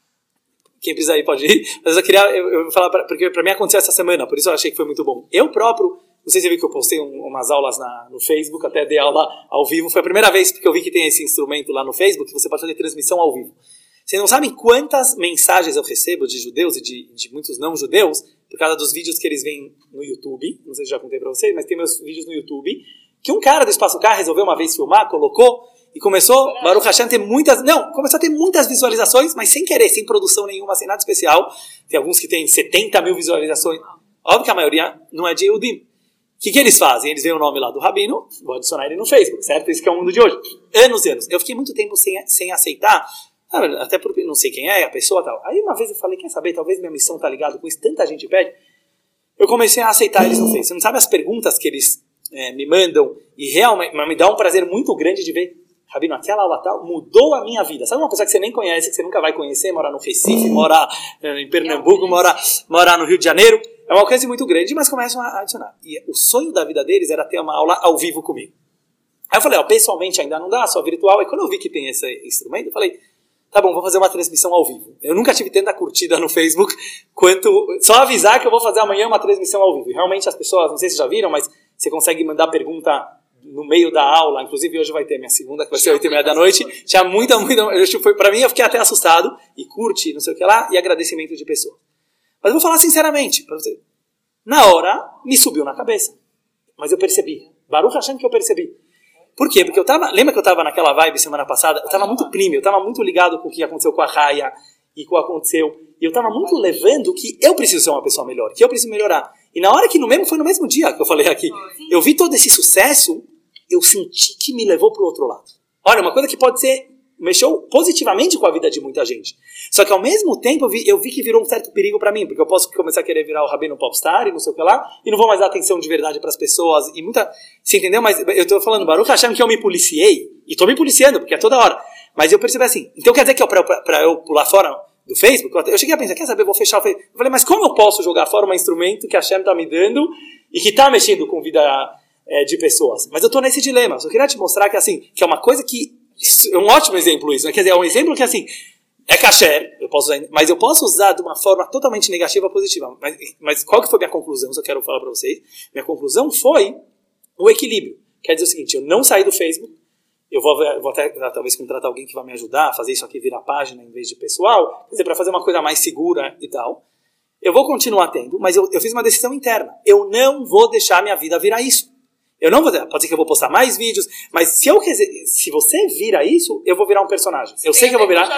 Quem precisa ir pode ir, mas eu queria, eu, eu vou falar, pra, porque pra mim aconteceu essa semana, por isso eu achei que foi muito bom. Eu próprio, não sei se você viu que eu postei um, umas aulas na, no Facebook, até dei aula ao vivo, foi a primeira vez que eu vi que tem esse instrumento lá no Facebook, que você pode fazer transmissão ao vivo. Vocês não sabem quantas mensagens eu recebo de judeus e de, de muitos não judeus por causa dos vídeos que eles veem no YouTube. Não sei se já contei pra vocês, mas tem meus vídeos no YouTube. Que um cara do Espaço Car resolveu uma vez filmar, colocou e começou, Baruch Hashem, ter muitas... Não, começou a ter muitas visualizações, mas sem querer, sem produção nenhuma, sem nada especial. Tem alguns que têm setenta mil visualizações. Óbvio que a maioria não é de Yehudim. O que, que eles fazem? Eles veem o nome lá do Rabino, vou adicionar ele no Facebook, certo? Isso que é o mundo de hoje. Anos e anos. Eu fiquei muito tempo sem, sem aceitar... Até porque não sei quem é a pessoa e tal. Aí uma vez eu falei, quer saber, talvez minha missão tá ligada com isso, tanta gente pede. Eu comecei a aceitar eles no Face. Você não sabe as perguntas que eles é, me mandam e realmente me dá um prazer muito grande de ver. Rabino, aquela aula tal mudou a minha vida. Sabe uma pessoa que você nem conhece, que você nunca vai conhecer, mora no Recife, mora é, em Pernambuco, mora, mora no Rio de Janeiro. É um alcance muito grande, mas começam a adicionar. E o sonho da vida deles era ter uma aula ao vivo comigo. Aí eu falei, ó, pessoalmente ainda não dá, só virtual. E quando eu vi que tem esse instrumento, eu falei... Tá bom, vou fazer uma transmissão ao vivo. Eu nunca tive tanta curtida no Facebook quanto... Só avisar que eu vou fazer amanhã uma transmissão ao vivo. E realmente as pessoas, não sei se já viram, mas você consegue mandar pergunta no meio da aula. Inclusive hoje vai ter minha segunda, que vai ser oito e meia da noite. Tinha muita, muita... Foi, pra mim eu fiquei até assustado. E curte, não sei o que lá, e agradecimento de pessoas. Mas eu vou falar sinceramente pra você. Na hora, me subiu na cabeça. Mas eu percebi. Baruch Hashem que eu percebi. Por quê? Porque eu tava... Lembra que eu tava naquela vibe semana passada? Eu tava muito premium, eu tava muito ligado com o que aconteceu com a Raya e com o que aconteceu. E eu tava muito levando que eu preciso ser uma pessoa melhor, que eu preciso melhorar. E na hora que no mesmo, foi no mesmo dia que eu falei aqui, eu vi todo esse sucesso, eu senti que me levou pro outro lado. Olha, uma coisa que pode ser... Mexeu positivamente com a vida de muita gente. Só que ao mesmo tempo eu vi, eu vi que virou um certo perigo pra mim, porque eu posso começar a querer virar o Rabino Popstar e não sei o que lá, e não vou mais dar atenção de verdade pras pessoas, e muita... Você entendeu? Mas eu tô falando, Baruch Hashem, que eu me policiei, e tô me policiando, porque é toda hora. Mas eu percebi assim, então quer dizer que eu, pra, pra, pra eu pular fora do Facebook, eu cheguei a pensar, quer saber, eu vou fechar o Facebook. Eu falei, mas como eu posso jogar fora um instrumento que a Hashem tá me dando, e que tá mexendo com vida é, de pessoas? Mas eu tô nesse dilema, só queria te mostrar que assim, que é uma coisa que... É um ótimo exemplo isso, né? Quer dizer, é um exemplo que assim, é kasher, eu posso usar, mas eu posso usar de uma forma totalmente negativa ou positiva. Mas, mas qual que foi a minha conclusão? Só quero falar para vocês. Minha conclusão foi o equilíbrio. Quer dizer o seguinte, eu não saí do Facebook, eu vou, vou até talvez contratar alguém que vai me ajudar a fazer isso aqui virar página em vez de pessoal, quer dizer, para fazer uma coisa mais segura e tal. Eu vou continuar tendo, mas eu, eu fiz uma decisão interna. Eu não vou deixar minha vida virar isso. Eu não vou, pode ser que eu vou postar mais vídeos, mas se eu se você vira isso, eu vou virar um personagem. Eu sei que eu vou virar.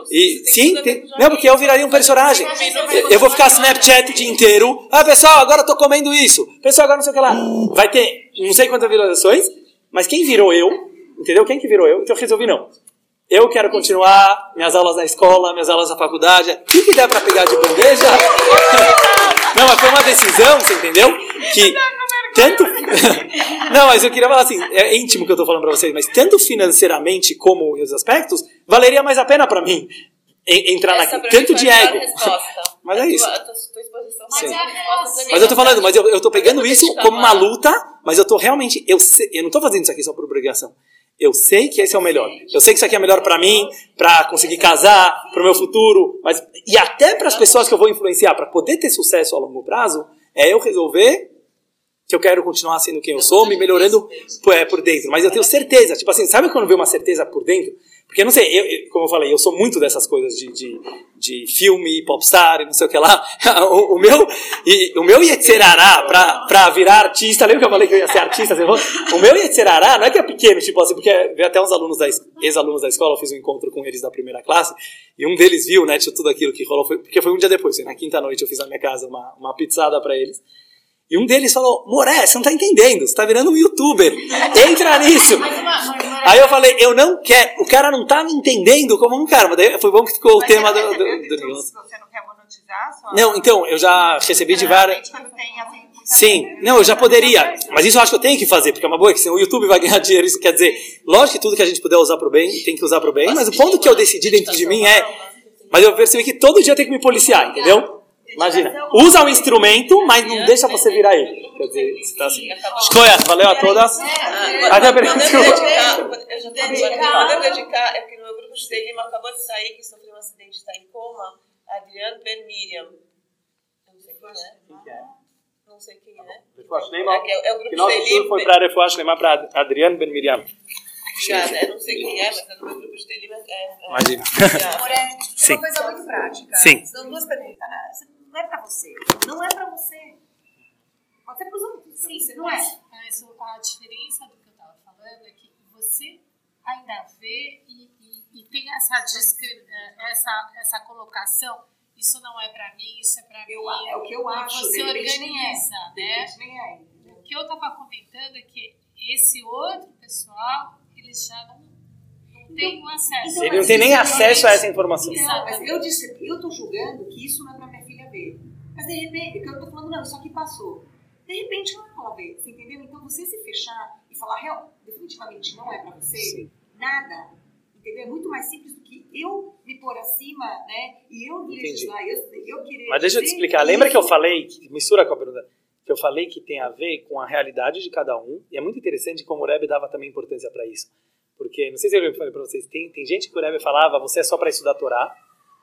E sim, tem, não, porque eu viraria um personagem. Eu, eu vou ficar Snapchat o dia inteiro. Ah, pessoal, agora eu tô comendo isso. Pessoal, agora não sei o que lá. Vai ter não sei quantas visualizações, mas quem virou eu, entendeu? Quem que virou eu? Então eu resolvi não. Eu quero continuar minhas aulas na escola, minhas aulas na faculdade. O que, que der pra pegar de bandeja? Não, mas foi uma decisão, você entendeu? Que tanto... Não, mas eu queria falar assim, é íntimo que eu tô falando pra vocês, mas tanto financeiramente como os aspectos, valeria mais a pena pra mim entrar Essa naquilo. pra mim Tanto foi de a melhor ego. resposta. Mas é A isso. tua- a tua- tua exposição Mas foi é a a resposta reação. Mas eu tô falando, mas eu, eu tô pegando Mas eu isso vou te como uma falar. luta, mas eu tô realmente, eu sei, eu não tô fazendo isso aqui só por obrigação. Eu sei que esse é o melhor. Eu sei que isso aqui é melhor pra mim, pra conseguir casar, pro meu futuro, mas e até para as pessoas que eu vou influenciar, pra poder ter sucesso a longo prazo, é eu resolver que eu quero continuar sendo quem eu sou, me melhorando por, é, por dentro. Mas eu tenho certeza, tipo assim, sabe quando vê uma certeza por dentro? Porque, não sei, eu, eu, como eu falei, eu sou muito dessas coisas de, de, de filme, popstar e não sei o que lá. O, o meu, e, o meu Yetzerará pra, pra virar artista, lembra que eu falei que eu ia ser artista? Você falou? O meu Yetzerará não é que é pequeno, tipo assim, porque veio até uns alunos, da, ex-alunos da escola, eu fiz um encontro com eles da primeira classe, e um deles viu, né, tudo aquilo que rolou, foi, porque foi um dia depois, na quinta noite eu fiz na minha casa uma, uma pizzada pra eles. E um deles falou, Moré, você não tá entendendo, você tá virando um youtuber, entra nisso. Aí eu falei, eu não quero, o cara não tá me entendendo como um cara, mas daí foi bom que ficou o Mas tema você do, não do, recebeu do de tudo, negócio. se você não quer monetizar só. Não, então, eu já recebi de várias... Geralmente, quando tem, assim, muita Sim, coisa, não, eu já poderia, mas isso eu acho que eu tenho que fazer, porque é uma boa, que senão o YouTube vai ganhar dinheiro, isso quer dizer, lógico que tudo que a gente puder usar pro bem, tem que usar pro bem, mas o ponto que eu decidi dentro de mim é, mas eu percebi que todo dia eu tenho que me policiar, entendeu? Imagina, usa um instrumento, mas não deixa você virar ele. Quer dizer, você tá assim. Escolha, valeu a todas. Até a pergunta. Quando eu me dedicar, eu já tenho dedicar. Quando eu me dedicar, é porque no meu grupo de Telima acabou de sair, que sofreu um acidente e está em coma, Adriano Ben Miriam. Eu não sei quem é. Não sei quem é. É, que é, é o grupo Que nosso de estudo Telima. foi para a Refuah Shlema para Adriano Ben Miriam. Obrigada, eu não sei quem é, mas é no meu grupo de Telima. É, é, Imagina. Moré, Sim. é uma coisa muito prática. Sim. São duas perguntas. Né? Não é pra você. Não é pra você. Pode ser pros outros. Sim, você não é. Mas a diferença do que eu estava falando é que você ainda vê e, e, e tem essa, discri- essa, essa colocação, isso não é para mim, isso é para mim. Eu, é o que eu acho. Você de repente nem é. organiza, De né? repente nem é. O que eu estava comentando é que esse outro pessoal, eles já não, não têm o acesso. então, Ele não tem nem acesso a essa informação. Então, mas eu disse, eu tô julgando que isso não é pra minha filha ver. Mas de repente, que eu tô falando, não, isso aqui passou. De repente não é pra ela ver, você entendeu? Então você se fechar e falar, real, definitivamente não é pra você, Sim. nada, entendeu? É muito mais simples do que eu me pôr acima, né? E eu legislar, eu, eu querer... Mas deixa eu te dizer explicar. Lembra que eu isso- falei, que mistura com a pergunta, que eu falei que tem a ver com a realidade de cada um, e é muito interessante como o Rebbe dava também importância para isso. Porque, não sei se eu falei para vocês, tem, tem gente que o Rebbe falava, você é só para estudar a Torá,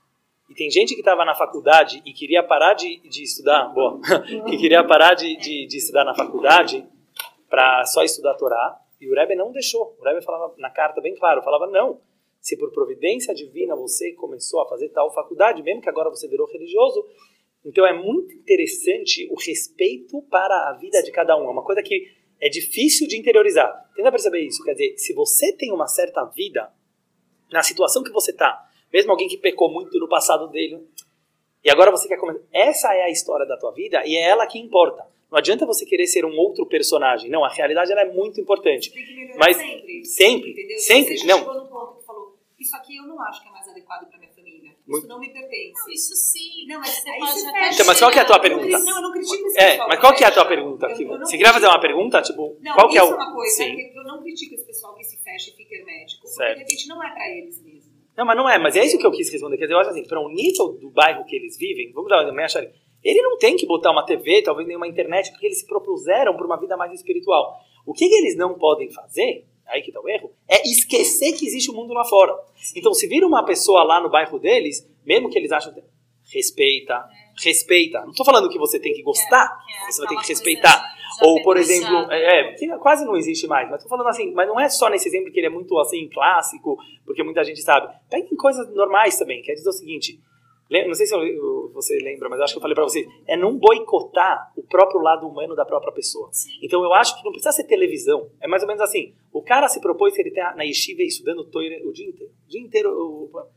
e tem gente que estava na faculdade e queria parar de, de estudar, boa, que queria parar de, de, de estudar na faculdade para só estudar a Torá, e o Rebbe não deixou. O Rebbe falava na carta bem claro, falava não, se por providência divina você começou a fazer tal faculdade, mesmo que agora você virou religioso, então é muito interessante o respeito para a vida de cada um. É uma coisa que é difícil de interiorizar. Tenta perceber isso. Quer dizer, se você tem uma certa vida, na situação que você está, mesmo alguém que pecou muito no passado dele, e agora você quer começar, essa é a história da tua vida e é ela que importa. Não adianta você querer ser um outro personagem. Não, a realidade ela é muito importante. Tem que melhorar Mas sempre. sempre, Entendeu? sempre, Você não. chegou no ponto que falou, isso aqui eu não acho que é mais adequado pra minha família. Muito. Isso não me pertence. Não, isso sim. Não, mas você aí pode você até fecha. Então, mas qual que é a tua Eu não pergunta? cri- Não, eu não critico esse É, pessoal. mas qual que é a tua fecha. pergunta? Eu- Tipo, eu não você queria fazer uma critico. pergunta? Tipo, Não, qual que é isso o... é uma coisa Sim. que eu não critico esse pessoal que se fecha e fica hermético. Porque Certo. de repente não é pra eles mesmo. Não, mas não é, mas é isso que eu quis responder. Quer dizer, eu acho assim, para o nível do bairro que eles vivem, vamos dar uma olhada, ele não tem que botar uma T V, talvez nenhuma internet, porque eles se propuseram para uma vida mais espiritual. O que, que eles não podem fazer, aí que está o erro, é esquecer que existe o mundo lá fora. Então, se vira uma pessoa lá no bairro deles, mesmo que eles acham que... Respeita, respeita. Não estou falando que você tem que gostar, Que é você vai ter que aquela respeitar. coisa já Ou, por exemplo, fechada. é, que quase não existe mais, mas estou falando assim, mas não é só nesse exemplo que ele é muito assim, clássico, porque muita gente sabe. Peguem coisas normais também, quer dizer o seguinte, não sei se eu, eu, você lembra, mas eu acho que eu falei pra vocês, é não boicotar o próprio lado humano da própria pessoa. Então eu acho que não precisa ser televisão, é mais ou menos assim, o cara se propôs que ele tá na yeshiva estudando Torah o dia inteiro, o dia inteiro, o,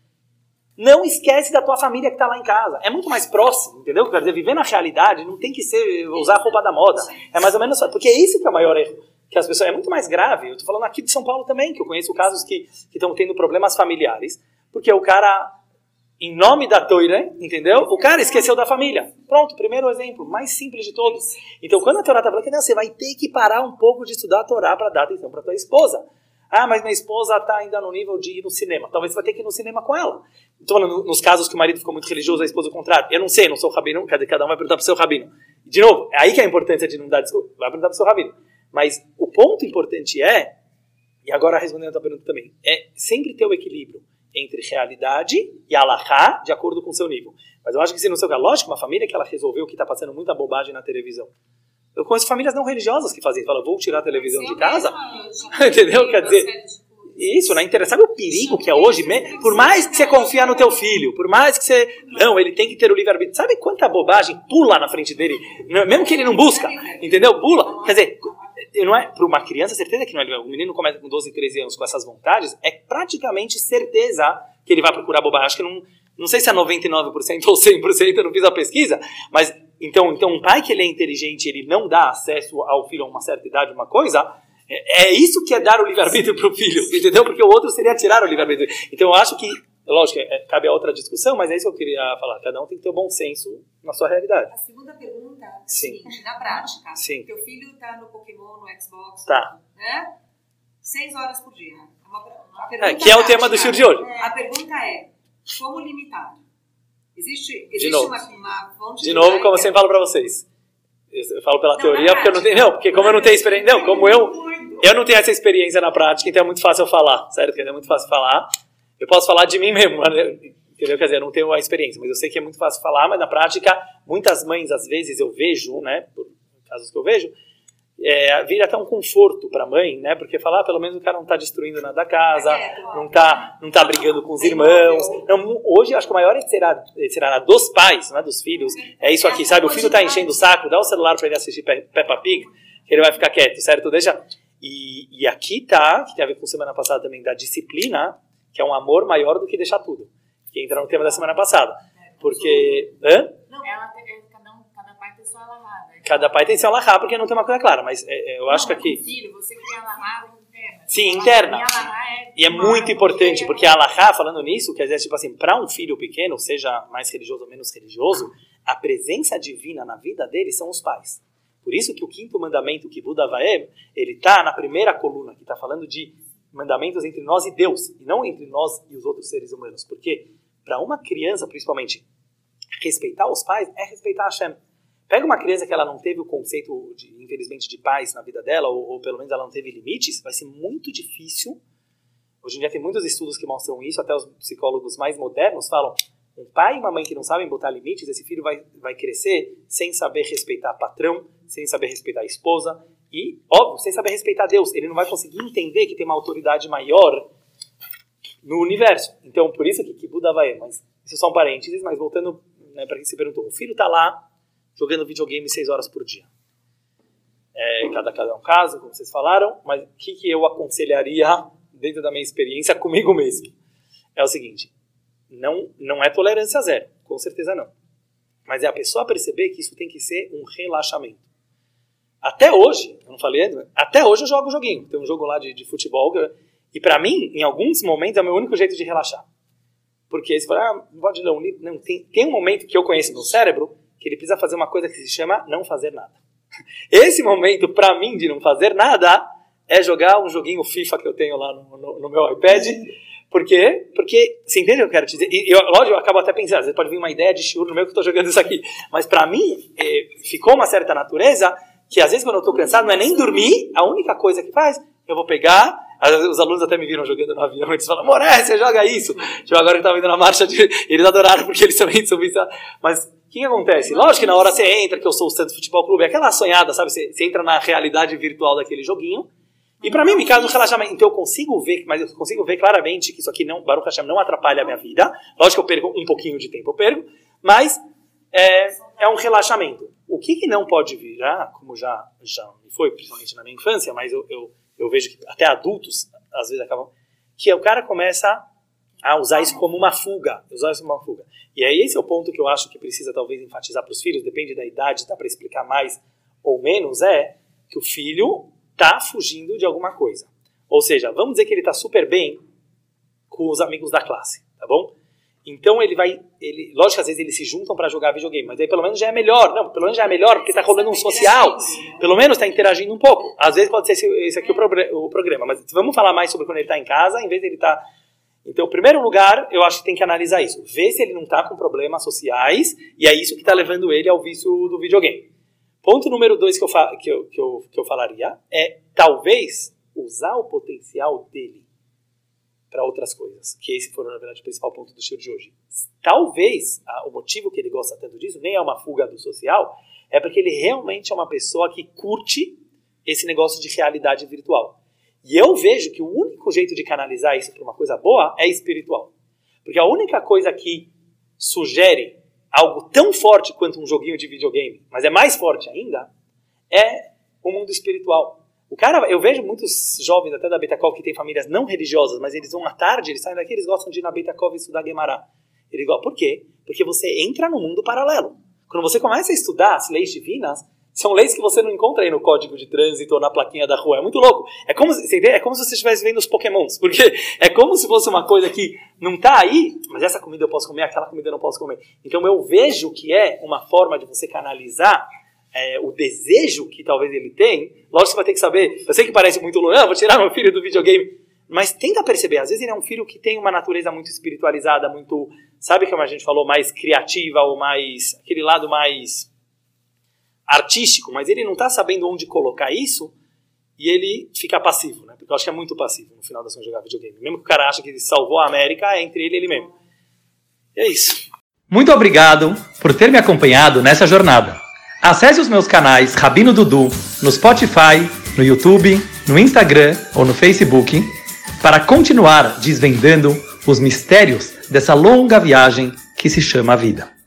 não esquece da tua família que tá lá em casa. É muito mais próximo, entendeu? Quer dizer, viver na realidade não tem que ser usar a roupa da moda. É mais ou menos só, porque é isso que é o maior erro. Que as pessoas, é muito mais grave. Eu tô falando aqui de São Paulo também, que eu conheço casos que estão tendo problemas familiares, porque o cara, em nome da Torá, entendeu? O cara esqueceu da família. Pronto, primeiro exemplo, mais simples de todos. Então, quando a Torá tá falando que não, você vai ter que parar um pouco de estudar a Torá para dar atenção para tua esposa. Ah, mas minha esposa está ainda no nível de ir no cinema. Talvez você vai ter que ir no cinema com ela. Estou falando nos casos que o marido ficou muito religioso, a esposa o contrário. Eu não sei, não sou rabino, cada um vai perguntar para o seu rabino. De novo, é aí que é a importância de não dar desculpa. Vai perguntar para o seu rabino. Mas o ponto importante é, e agora respondendo a tua pergunta também, é sempre ter o equilíbrio entre realidade e alahá de acordo com o seu nível. Mas eu acho que se no seu caso, lógico, uma família que ela resolveu que está passando muita bobagem na televisão. Eu conheço famílias não religiosas que fazem isso. Falam, vou tirar a televisão de casa. Entendeu? Quer dizer, isso, não interessa. Sabe o perigo que é hoje? Por mais que você confia no teu filho, por mais que você... Não, ele tem que ter o livre-arbítrio. Sabe quanta bobagem pula na frente dele? Mesmo que ele não busca. Entendeu? Pula. Quer dizer, não é, para uma criança, certeza que não é. O menino começa com doze, treze anos com essas vontades, é praticamente certeza que ele vai procurar bobagem. Acho que não... Não sei se é noventa e nove por cento ou cem por cento, eu não fiz a pesquisa, mas então, então um pai que ele é inteligente, ele não dá acesso ao filho a uma certa idade, uma coisa, é, é isso que é dar o livre-arbítrio para o filho, entendeu? Porque o outro seria tirar o livre-arbítrio. Então eu acho que, lógico, é, cabe a outra discussão, mas é isso que eu queria falar, cada um tem que ter o bom senso na sua realidade. A segunda pergunta é Sim. a seguinte, na prática, Sim. teu filho está no Pokémon, no Xbox, tá. né? Seis horas por dia. Uma, uma pergunta é, que é o prática, tema do show de hoje. A pergunta é, como limitar? Existe, existe de novo, uma, uma fonte de de novo como eu sempre falo para vocês. Eu falo pela não, teoria porque eu não tenho, não, porque como eu não tenho experiência, não, como eu, eu não tenho essa experiência na prática, então é muito fácil eu falar, certo? É muito fácil falar. Eu posso falar de mim mesmo, entendeu? Quer dizer, eu não tenho a experiência, mas eu sei que é muito fácil falar, mas na prática, muitas mães, às vezes, eu vejo, né, por casos que eu vejo, é, vira até um conforto para a mãe, né? Porque falar, ah, pelo menos o cara não está destruindo nada da casa, não está não tá brigando com os irmãos. Não, hoje, acho que o maior será, será dos pais, não é dos filhos. É isso aqui, sabe? O filho está enchendo o saco, dá o celular para ele assistir Pe- Peppa Pig, que ele vai ficar quieto, certo? Deixa. E, e aqui tá, que tem a ver com semana passada também, da disciplina, que é um amor maior do que deixar tudo. Que entra no tema da semana passada. Porque... Hã? Não, ela tem, cada, um, cada pai tem sua alahá, né? Cada pai tem seu alahá, porque não tem uma coisa clara, mas é, eu acho não, que aqui... Filho, você tem alahá interna. Sim, interna. É e é muito importante, porque a alahá, falando nisso, quer dizer, tipo assim, para um filho pequeno, seja mais religioso ou menos religioso, a presença divina na vida dele são os pais. Por isso que o quinto mandamento, que Buda vai, ele está na primeira coluna, que está falando de mandamentos entre nós e Deus, e não entre nós e os outros seres humanos. Porque para uma criança, principalmente, respeitar os pais é respeitar Hashem. Pega uma criança que ela não teve o conceito, de, infelizmente, de paz na vida dela, ou, ou pelo menos ela não teve limites, vai ser muito difícil. Hoje em dia tem muitos estudos que mostram isso, até os psicólogos mais modernos falam, um pai e uma mãe que não sabem botar limites, esse filho vai, vai crescer sem saber respeitar patrão, sem saber respeitar a esposa, e, óbvio, sem saber respeitar Deus. Ele não vai conseguir entender que tem uma autoridade maior no universo. Então, por isso que, que Buda vai... Mas isso são parênteses, mas voltando, né, para quem se perguntou. O filho está lá, jogando videogame seis horas por dia. É, cada caso é um caso, como vocês falaram, mas o que, que eu aconselharia, dentro da minha experiência, comigo mesmo? É o seguinte, não, não é tolerância zero, com certeza não. Mas é a pessoa perceber que isso tem que ser um relaxamento. Até hoje, eu não falei antes, até hoje eu jogo joguinho. Tem um jogo lá de, de futebol, que, e para mim, em alguns momentos, é o meu único jeito de relaxar. Porque você fala, ah, não pode ler um livro. Não, tem, tem um momento que eu conheço no cérebro que ele precisa fazer uma coisa que se chama não fazer nada. Esse momento, para mim, de não fazer nada, é jogar um joguinho FIFA que eu tenho lá no, no, no meu iPad. Por quê? Porque, você entende o que eu quero te dizer? E, eu, lógico, eu acabo até pensando, às vezes pode vir uma ideia de shiur no meu que eu estou jogando isso aqui. Mas para mim, é, ficou uma certa natureza que às vezes quando eu estou cansado, não é nem dormir, a única coisa que faz, eu vou pegar, os alunos até me viram jogando no avião, eles falam, Moré, você joga isso. Tipo, agora que estava indo na marcha, de, eles adoraram porque eles também são viciados. Mas o que, que acontece? Lógico que na hora você entra, que eu sou o Santos Futebol Clube, é aquela sonhada, sabe? Você, você entra na realidade virtual daquele joguinho, e para mim me causa um relaxamento. Então eu consigo ver, mas eu consigo ver claramente que isso aqui, não, Baruch Hashem, não atrapalha a minha vida. Lógico que eu perco um pouquinho de tempo, eu perco, mas é, é um relaxamento. O que, que não pode virar, como já, já me foi, principalmente na minha infância, mas eu, eu, eu vejo que até adultos, às vezes acabam, que o cara começa a usar isso como uma fuga, usar isso como uma fuga. E aí esse é o ponto que eu acho que precisa talvez enfatizar para os filhos, depende da idade, dá para explicar mais ou menos, é que o filho está fugindo de alguma coisa. Ou seja, vamos dizer que ele está super bem com os amigos da classe, tá bom? Então ele vai, ele, lógico que às vezes eles se juntam para jogar videogame, mas aí pelo menos já é melhor. Não, pelo menos já é melhor porque está rolando um social. Pelo menos está interagindo um pouco. Às vezes pode ser esse, esse aqui o, progr- o programa, mas vamos falar mais sobre quando ele está em casa, em vez de ele estar... Tá... Então, em primeiro lugar, eu acho que tem que analisar isso. Ver se ele não está com problemas sociais e é isso que está levando ele ao vício do videogame. Ponto número dois que eu, fa- que eu, que eu, que eu falaria é, talvez, usar o potencial dele para outras coisas. Que esse foi, na verdade, o principal ponto do show de hoje. Talvez, ah, o motivo que ele gosta tanto disso nem é uma fuga do social, é porque ele realmente é uma pessoa que curte esse negócio de realidade virtual. E eu vejo que o único jeito de canalizar isso para uma coisa boa é espiritual. Porque a única coisa que sugere algo tão forte quanto um joguinho de videogame, mas é mais forte ainda, é o mundo espiritual. O cara, eu vejo muitos jovens até da Beitakov que têm famílias não religiosas, mas eles vão à tarde, eles saem daqui, eles gostam de ir na Beitakov e estudar Guemará. Ele gosta, por quê? Porque você entra no mundo paralelo. Quando você começa a estudar as leis divinas, são leis que você não encontra aí no código de trânsito ou na plaquinha da rua. É muito louco. É como, você entende? É como se você estivesse vendo os pokémons. Porque é como se fosse uma coisa que não está aí, mas essa comida eu posso comer, aquela comida eu não posso comer. Então eu vejo que é uma forma de você canalizar é, o desejo que talvez ele tem. Lógico que você vai ter que saber. Eu sei que parece muito longe, ah, vou tirar meu filho do videogame. Mas tenta perceber. Às vezes ele é um filho que tem uma natureza muito espiritualizada, muito, sabe como a gente falou, mais criativa ou mais, aquele lado mais artístico, mas ele não está sabendo onde colocar isso e ele fica passivo, né? Porque eu acho que é muito passivo no final das contas jogar videogame. Mesmo que o cara acha que ele salvou a América, é entre ele e ele mesmo. E é isso. Muito obrigado por ter me acompanhado nessa jornada. Acesse os meus canais Rabino Dudu no Spotify, no YouTube, no Instagram ou no Facebook para continuar desvendando os mistérios dessa longa viagem que se chama vida.